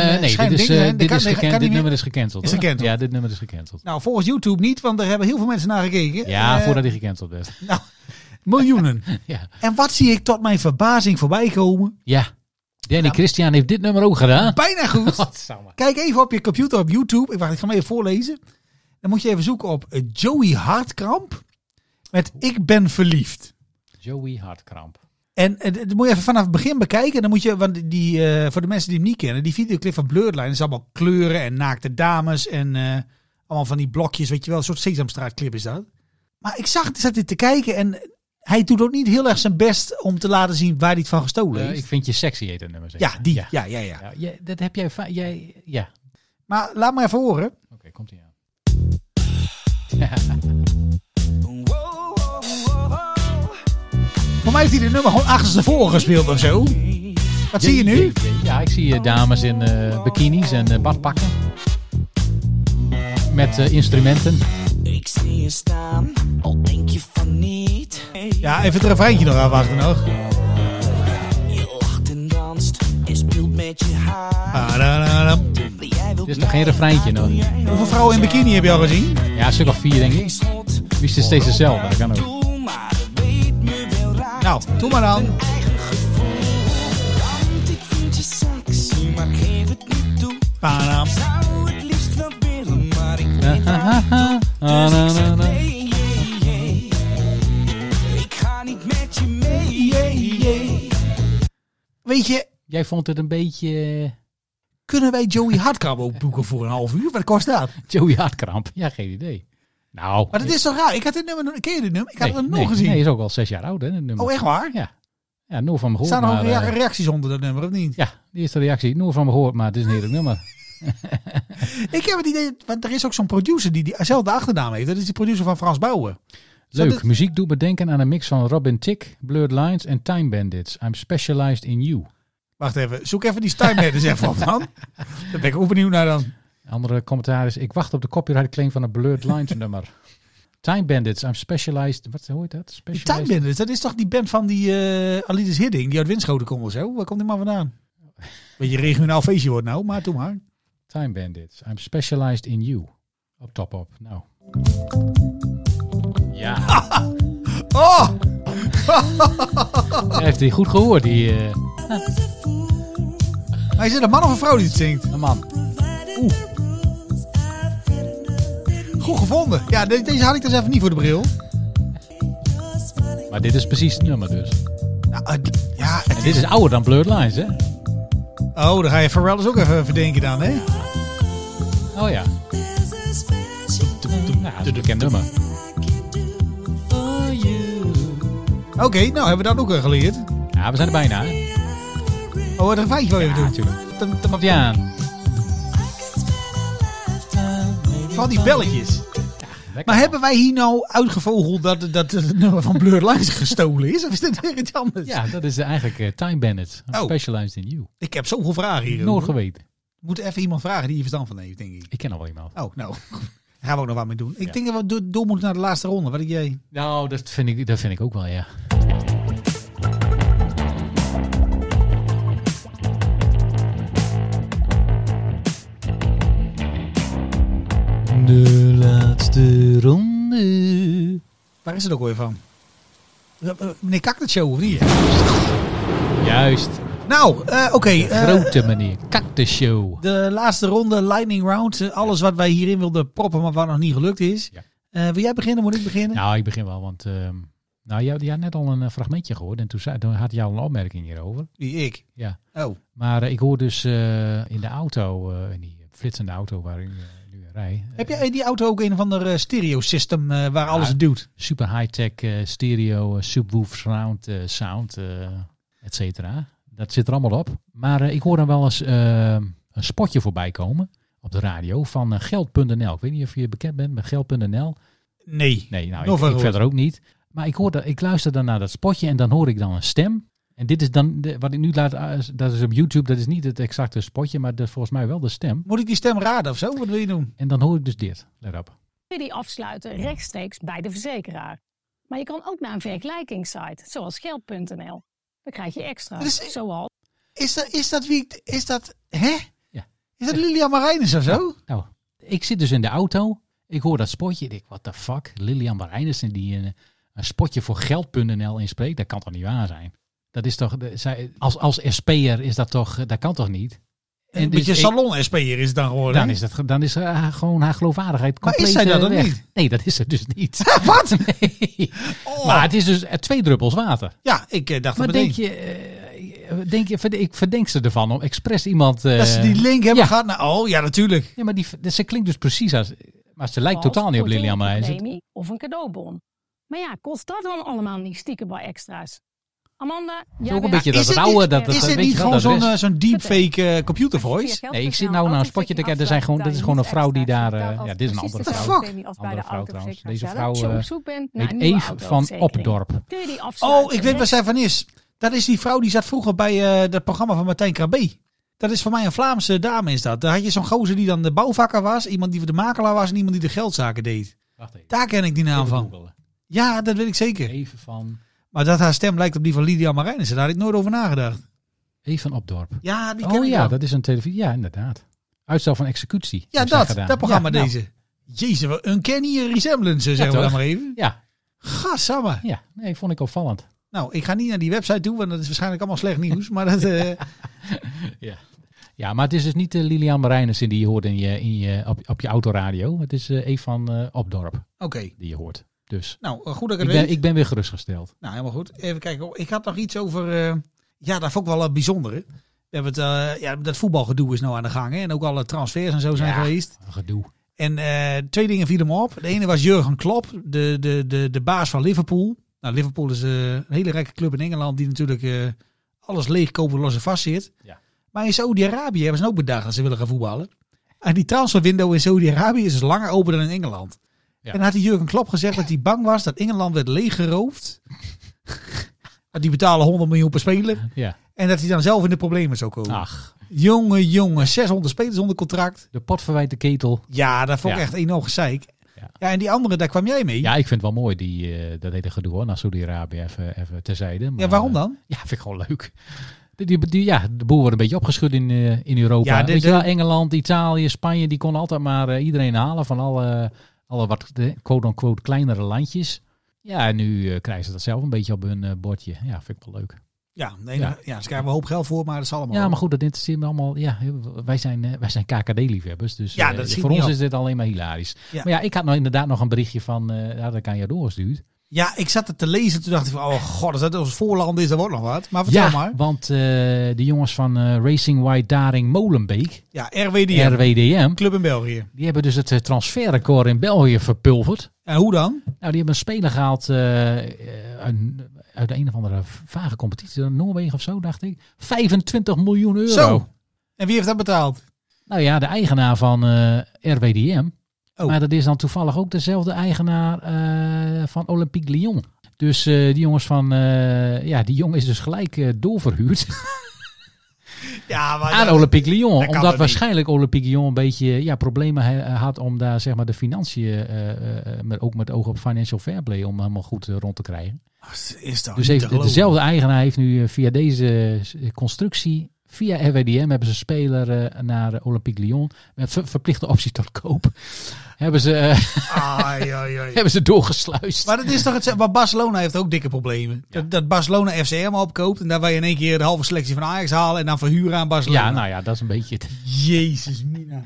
Dit nummer is gecanceld. Is gecanceld? Ja, dit nummer is gecanceld. Nou, volgens YouTube niet, want er hebben heel veel mensen naar gekeken. Ja, voordat hij gecanceld werd. Nou, miljoenen. Ja. En wat zie ik tot mijn verbazing voorbij komen? Ja. Danny Christian heeft dit nummer ook gedaan. Bijna goed. Kijk even op je computer op YouTube. Ik ga hem even voorlezen. Dan moet je even zoeken op Joey Hartkamp. Met Ik ben verliefd. Joey Hartkramp. En dat moet je even vanaf het begin bekijken. Dan moet je, want voor de mensen die hem niet kennen, die videoclip van Blurred Line is allemaal kleuren en naakte dames en allemaal van die blokjes, weet je wel. Een soort Sesamstraatclip is dat. Maar ik zat dit te kijken en hij doet ook niet heel erg zijn best om te laten zien waar hij het van gestolen heeft. Ik vind je sexy heet het nummer. Zeg. Ja, die. Ja. Ja, dat heb jij... Ja. Maar laat maar even horen. Oké, komt ie aan. Voor mij heeft hij de nummer gewoon achterstevoren gespeeld of zo. Wat zie je nu? Ja, ik zie dames in bikinis en badpakken. Met instrumenten. Ik zie je staan, al denk je van niet. Ja, even het refreintje nog afwachten nog. Je lacht en danst en speelt met je haar. Dit is nog geen refreintje nog. Hoeveel vrouwen in bikini heb je al gezien? Ja, een stuk of 4 denk ik. Wie is er steeds dezelfde? Dat kan ook. Nou, doe maar dan. Ik vind je sexy, maar geef het niet toe. Panam. Zou het liefst wel willen, maar ik weet dat ik ga niet met je mee. Weet je, Jij vond het een beetje... kunnen wij Joey Hartkramp ook boeken voor een half uur? Wat kost dat? Joey Hartkramp? Ja, geen idee. Nou... Maar dat is toch raar? Ik had dit nummer, ken je dit nummer? Ik had het nog nee, gezien. Nee, is ook al 6 jaar oud, hè? Het nummer. Oh, echt waar? Ja. Ja, Noor van me gehoord. Staan er maar, ook reacties onder dat nummer, of niet? Ja, die eerste reactie. Noor van me gehoord, maar het is een heerlijk nummer. Ik heb het idee, want er is ook zo'n producer die dezelfde achternaam heeft. Dat is die producer van Frans Bouwen. Leuk. Muziek doet me denken aan een mix van Robin Thicke, Blurred Lines en Time Bandits. I'm specialized in you. Wacht even, zoek even die Time Bandits even op dan. Daar ben ik ook benieuwd naar dan. Andere commentaar is, ik wacht op de copyright claim van een Blurred Lines nummer. Time Bandits, I'm specialized... Wat hoort dat? Specialized... Time Bandits, dat is toch die band van die Alides Hidding, die uit Winschoten komt of zo? Waar komt die man vandaan? Beetje regionaal feestje wordt nou, maar doe maar. Time Bandits, I'm specialized in you. Op top op, nou. Ja. Oh! Hij heeft hij goed gehoord, die... Maar is het een man of een vrouw die het zingt? Een man. Oeh. Goed gevonden. Ja, deze had ik dus even niet voor de bril. Maar dit is precies het nummer dus. Nou, ja, En dit is ouder dan Blurred Lines, hè? Oh, dan ga je Pharrell dus ook even verdenken dan, hè? Oh ja. Nou, dat is een bekend nummer. Oké, nou hebben we dat ook geleerd. Ja, we zijn er bijna, hè? Oh, wat een feitje wil je Ja, doen? natuurlijk. Komt ie aan. Van die belletjes. Lekker. Maar hebben wij hier nou uitgevogeld dat het nummer van Blurred Lines gestolen is? Of is dat weer iets anders? Ja, dat is eigenlijk Time Bandits. I'm Oh. specialized in you. Ik heb zoveel vragen hier. Nooit geweten. Moet even iemand vragen die hier verstand van heeft, denk ik. Ik ken al wel iemand. Oh, nou. Daar gaan we ook nog wat mee doen. Ik Ja. denk dat we door moeten naar de laatste ronde. Wat denk jij? Nou, dat vind ik ook wel, ja. De laatste ronde. Waar is het ook weer van? Meneer Kaktet Show, of niet? Juist. Nou, oké. Grote meneer. Cactus-show. De laatste ronde, lightning round. Alles wat wij hierin wilden proppen, maar wat nog niet gelukt is. Ja. Wil jij beginnen? Moet ik beginnen? Nou, ik begin wel, want... je had net al een fragmentje gehoord en toen had je al een opmerking hierover. Wie, ik? Ja. Oh. Maar ik hoor dus in de auto, in die flitsende auto waar ik nu rij... Heb jij in die auto ook een of ander stereo system waar alles het doet? Super high-tech stereo, subwoof, surround sound, et cetera. Dat zit er allemaal op. Maar ik hoor dan wel eens een spotje voorbij komen op de radio van Geld.nl. Ik weet niet of je bekend bent met Geld.nl. Nee. Nee, nou, ik verder ook niet. Maar ik luister dan naar dat spotje en dan hoor ik dan een stem. En dit is dan, wat ik nu laat, dat is op YouTube, dat is niet het exacte spotje, maar dat is volgens mij wel de stem. Moet ik die stem raden of zo? Wat wil je doen? En dan hoor ik dus dit. Let op. Die afsluiten rechtstreeks bij de verzekeraar. Maar je kan ook naar een vergelijkingssite, zoals Geld.nl. Dan krijg je extra, zoals... Is dat, hè? Ja. Is dat Lilian Marijnis of zo? Nou, ik zit dus in de auto. Ik hoor dat spotje. Ik denk, what the fuck? Lilian Marijnissen die een spotje voor Geld.nl inspreekt. Dat kan toch niet waar zijn? Dat is toch... Als SP'er is dat toch... Dat kan toch niet? Een beetje salon-SP'er is het dan geworden. Dan is gewoon haar geloofwaardigheid compleet. Maar is zij dat dan weg. niet? Nee, dat is het dus niet. Wat? Nee. Oh. Maar het is dus 2 druppels water. Ja, ik dacht Maar dat denk je, ik verdenk ze ervan om expres iemand... dat ze die link hebben gehad naar... Oh, ja, natuurlijk. Ja, maar ze klinkt dus precies als... Maar ze lijkt totaal niet op Lilian Marijnissen. Of een cadeaubon. Maar ja, kost dat dan allemaal niet stiekem bij extra's? Amanda, jij ook een bent- beetje dat rauwe... Is dit niet gewoon zo'n deepfake computer voice? Nee, ik zit nou naar een spotje te kijken. Dat is gewoon een vrouw die daar... dit is een andere vrouw. Andere vrouw trouwens. Deze vrouw heet Eve van Opdorp. Oh, ik weet waar zij van is. Dat is die vrouw die zat vroeger bij het programma van Martijn Krabbe. Dat is voor mij een Vlaamse dame is dat. Daar had je zo'n gozer die dan de bouwvakker was. Iemand die de makelaar was en iemand die de geldzaken deed. Wacht even. Daar ken ik die naam Even van. googelen. Ja, dat weet ik zeker. Even van... Maar dat haar stem lijkt op die van Lilian Marijnissen. Daar had ik nooit over nagedacht. Eve van Opdorp. Ja, die ken ik ja, wel. dat is een televisie. Ja, inderdaad. Uitstel van executie. Ja, dat programma Ja, nou. deze. Jezus, wat uncanny resemblance, zeggen we toch? dan maar even. Ja. Gassamme. Ja, nee, vond ik opvallend. Nou, ik ga niet naar die website toe, want dat is waarschijnlijk allemaal slecht nieuws. Maar dat... Ja, maar het is dus niet Lilian Marijnissen die je hoort op je autoradio. Het is Eve van Opdorp Oké. die je hoort. Dus Nou, goed dat ik het weet. ik ben weer gerustgesteld. Nou, helemaal goed. Even kijken. Ik had nog iets over... ja, dat vond ik wel een bijzondere. We hebben het, dat voetbalgedoe is nou aan de gang. Hè? En ook alle transfers en zo zijn geweest. Gedoe. En 2 dingen vielen me op. De ene was Jurgen Klopp, de baas van Liverpool. Nou, Liverpool is een hele rijke club in Engeland die natuurlijk alles leegkopen, los en vast zit. Ja. Maar in Saudi-Arabië hebben ze ook bedacht dat ze willen gaan voetballen. En die transferwindow in Saudi-Arabië is dus langer open dan in Engeland. Ja. En dan had die Jurgen Klopp gezegd dat hij bang was dat Engeland werd leeggeroofd. Want die betalen 100 miljoen per speler. Ja. En dat hij dan zelf in de problemen zou komen. Ach, Jongen, 600 spelers onder contract. de pot verwijt de ketel. Ja, dat vond ik echt enorm gezeik. Ja, en die andere, daar kwam jij mee. Ja, ik vind het wel mooi, dat hele gedoe hoor, naar Saudi-Arabië even terzijde. Maar, Ja, waarom dan? Ja, vind ik gewoon leuk. De boel wordt een beetje opgeschud in Europa. Ja, Weet je wel, Engeland, Italië, Spanje, die konden altijd maar iedereen halen van alle wat quote-unquote kleinere landjes. Ja, en nu krijgen ze dat zelf een beetje op hun bordje. Ja, vind ik wel leuk. Ja, nee, ze krijgen wel een hoop geld voor, maar dat is allemaal... Ja, maar goed, dat interesseert me allemaal. Ja, wij zijn KKD-liefhebbers, dus Ja, dat schiet voor niet ons op. is dit alleen maar hilarisch. Ja. Maar ja, ik had nou inderdaad nog een berichtje van, dat ik aan jou doorgestuurd. Ja, ik zat het te lezen, toen dacht ik van, oh god, als dat ons voorland is, dan wordt nog wat. Maar vertel maar. Want de jongens van Racing White Daring Molenbeek, Ja, RWDM, club in België. die hebben dus het transferrecord in België verpulverd. En hoe dan? Nou, die hebben een speler gehaald uit een of andere vage competitie, Noorwegen of zo, dacht ik. 25 miljoen euro. Zo. En wie heeft dat betaald? Nou ja, de eigenaar van RWDM. Oh. Maar dat is dan toevallig ook dezelfde eigenaar van Olympique Lyon. Dus die jongens van... die jongen is dus gelijk doorverhuurd Ja, maar aan Olympique Lyon. dat kan Omdat toch niet? waarschijnlijk Olympique Lyon een beetje problemen had om daar zeg maar de financiën, ook met oog op financial fair play, om helemaal goed rond te krijgen. Is toch Dus niet te heeft geloven? dezelfde eigenaar heeft nu via deze constructie, via RWDM hebben ze een speler naar Olympique Lyon met verplichte optie tot koop. Hebben ze, Ai, ai, ai. hebben ze doorgesluist. Maar dat is toch het... Maar Barcelona heeft ook dikke problemen. Ja. Dat Barcelona FCM opkoopt en daar wil je in één keer de halve selectie van Ajax halen en dan verhuren aan Barcelona. Ja, nou ja, dat is een beetje het. Jezus, Mina.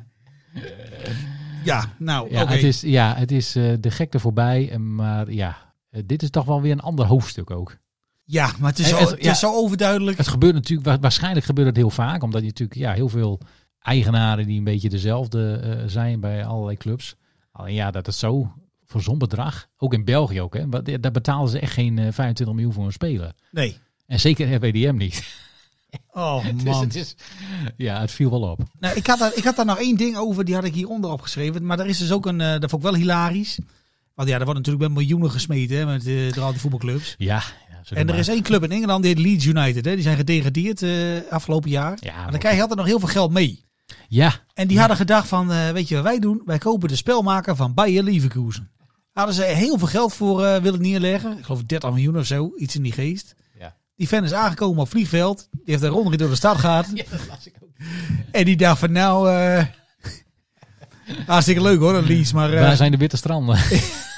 Ja, nou, Ja, oké. het is de gekte voorbij. Maar ja, dit is toch wel weer een ander hoofdstuk ook. Ja, maar het is, Het- is zo overduidelijk. Het gebeurt natuurlijk, waarschijnlijk gebeurt het heel vaak. Omdat je natuurlijk heel veel eigenaren die een beetje dezelfde zijn bij allerlei clubs. Alleen ja, dat is zo voor zo'n bedrag. Ook in België ook. Hè, daar betalen ze echt geen 25 miljoen voor een speler. Nee. En zeker RWDM niet. Oh, Dus man. het viel wel op. Nou, ik had daar nog één ding over, die had ik hieronder opgeschreven. Maar er is dus ook een, dat vond ik wel hilarisch. Want ja, er wordt natuurlijk met miljoenen gesmeten hè, met door al die voetbalclubs. Ja. En er is één club in Engeland, die heet Leeds United. Hè. Die zijn gedegradeerd afgelopen jaar. Ja, en dan krijg je altijd nog heel veel geld mee. Ja. En die hadden gedacht van, weet je wat wij doen? Wij kopen de spelmaker van Bayer Leverkusen. Hadden ze heel veel geld voor willen neerleggen. Ik geloof 30 miljoen of zo, iets in die geest. Ja. Die fan is aangekomen op vliegveld. Die heeft een rondrit door de stad gehad. Ja, dat las ik ook. En die dacht van hartstikke leuk hoor, dat Leeds. Maar Waar zijn de witte stranden?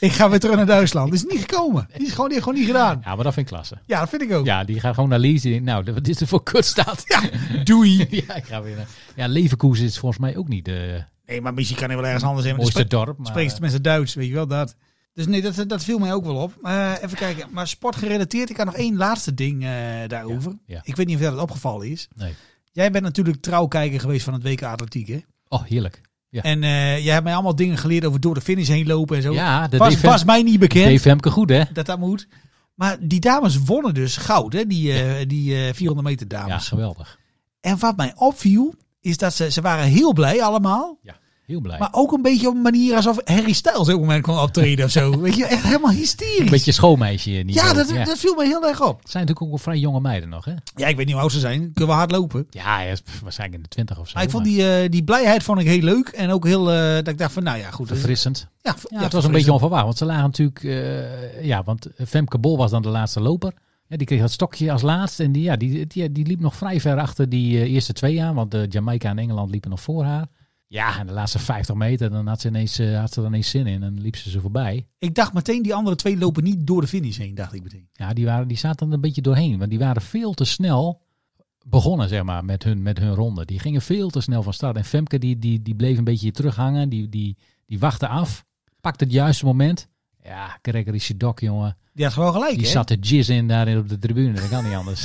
Ik ga weer terug naar Duitsland. Die is niet gekomen. Die is gewoon niet gedaan. Ja, maar dat vind ik klasse. Ja, dat vind ik ook. Ja, die gaat gewoon naar Leeds. Die denkt, nou, wat is er voor kutstad? Ja, doei. Ja, ik ga weer naar... Ja, Leverkusen is volgens mij ook niet de Nee, maar misschien kan hij wel ergens anders zijn. mooiste dorp. Maar... Spreekt de mensen Duits, weet je wel dat. Dus nee, dat viel mij ook wel op. Even kijken. Maar sportgerelateerd, ik had nog één laatste ding daarover. Ja. Ik weet niet of dat het opgevallen is. Nee. Jij bent natuurlijk trouwkijker geweest van het WK Atletiek, hè? Oh, heerlijk. Ja. En jij hebt mij allemaal dingen geleerd over door de finish heen lopen en zo. Ja, was mij niet bekend. Deed Femke goed, hè? Dat moet. Maar die dames wonnen dus goud, hè? Die 400 meter dames. Ja, geweldig. En wat mij opviel, is dat ze waren heel blij allemaal. Ja, heel blij. Maar ook een beetje op een manier alsof Harry Styles op een moment kon optreden of zo. Weet je, echt helemaal hysterisch. Een beetje schoolmeisje niveau. Ja, dat viel me heel erg op. Het zijn natuurlijk ook wel vrij jonge meiden nog, hè? Ja, ik weet niet hoe oud ze zijn. Kunnen we hard lopen. Ja, hij is waarschijnlijk in de 20 of zo. Maar ik vond die blijheid vond ik heel leuk. En ook heel, dat ik dacht van, nou ja, goed. Verfrissend. Ja, het was een beetje onverwacht. Want ze lagen natuurlijk... want Femke Bol was dan de laatste loper. Ja, die kreeg dat stokje als laatste. En die liep nog vrij ver achter die eerste twee aan. Want Jamaica en Engeland liepen nog voor haar. Ja, en de laatste 50 meter, dan had ze er ineens zin in. En liep ze voorbij. Ik dacht meteen, die andere twee lopen niet door de finish heen, dacht ik meteen. Ja, die zaten er een beetje doorheen. Want die waren veel te snel begonnen, zeg maar, met hun ronde. Die gingen veel te snel van start. En Femke, die bleef een beetje terughangen. Die wachtte af. Pakte het juiste moment. Ja, Gregory Sedok, jongen. Die had gewoon gelijk, Die hè? zat de jizz in daar op de tribune. Dat kan niet anders.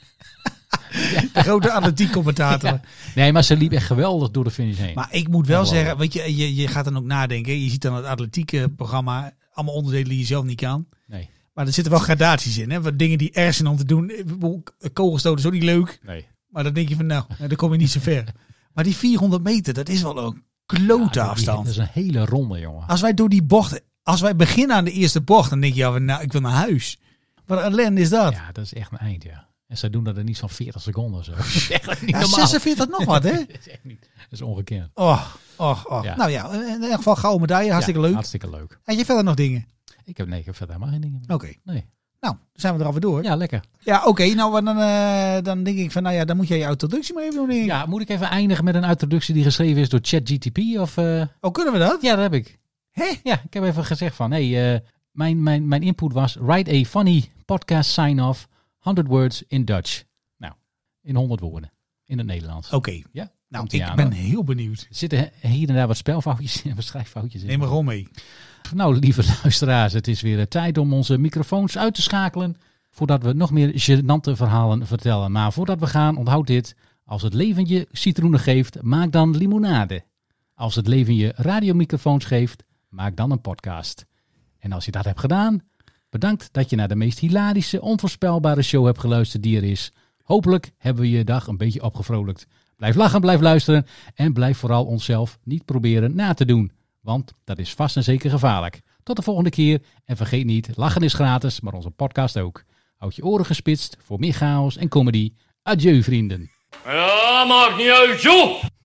De grote atletiek commentator. Ja. Nee, maar ze liep echt geweldig door de finish heen. Maar ik moet wel zeggen, weet je gaat dan ook nadenken. Je ziet dan het atletieke programma, allemaal onderdelen die je zelf niet kan. Nee. Maar er zitten wel gradaties in. Hè? Wat dingen die erg zijn om te doen. Kogelstoten is ook niet leuk. Nee. Maar dan denk je van, nou, dan kom je niet zo ver. Maar die 400 meter, dat is wel een klote afstand. Dat is een hele ronde, jongen. Als wij door die bocht, als wij beginnen aan de eerste bocht, dan denk je, ja, nou, ik wil naar huis. Wat een ellende is dat? Ja, dat is echt een eind, ja. En zij doen dat er niet van 40 seconden of zo. Dat is echt niet Ja, normaal. 46 nog wat, hè? Dat is echt niet. Dat is ongekend. Oh. Ja. Nou ja, in ieder geval gouden medaille, hartstikke leuk. Hartstikke leuk. Heb je verder nog dingen? Ik heb verder helemaal geen dingen meer. Oké. Nee. Nou, dan zijn we er alweer door. Ja, lekker. Ja, oké. Nou, dan denk ik van, nou ja, dan moet jij je introductie maar even doen, denk ik. Ja, moet ik even eindigen met een introductie die geschreven is door ChatGTP? Oh, kunnen we dat? Ja, dat heb ik. Hè? Ja, ik heb even gezegd van, mijn input was, write a funny podcast sign-off, 100 words in Dutch. Nou, in 100 woorden. In het Nederlands. Oké. Ja? Nou, Komt-ie ik aan, ben hoor. heel benieuwd. Er zitten hier en daar wat spelfoutjes en wat schrijffoutjes in. Neem maar gewoon mee. Nou, lieve luisteraars, het is weer tijd om onze microfoons uit te schakelen. Voordat we nog meer gênante verhalen vertellen. Maar voordat we gaan, onthoud dit. Als het leven je citroenen geeft, maak dan limonade. Als het leven je radiomicrofoons geeft, maak dan een podcast. En als je dat hebt gedaan, bedankt dat je naar de meest hilarische, onvoorspelbare show hebt geluisterd die er is. Hopelijk hebben we je dag een beetje opgevrolijkt. Blijf lachen, blijf luisteren en blijf vooral onszelf niet proberen na te doen. Want dat is vast en zeker gevaarlijk. Tot de volgende keer en vergeet niet, lachen is gratis, maar onze podcast ook. Houd je oren gespitst voor meer chaos en comedy. Adieu vrienden. Ja, maakt niet uit, joh!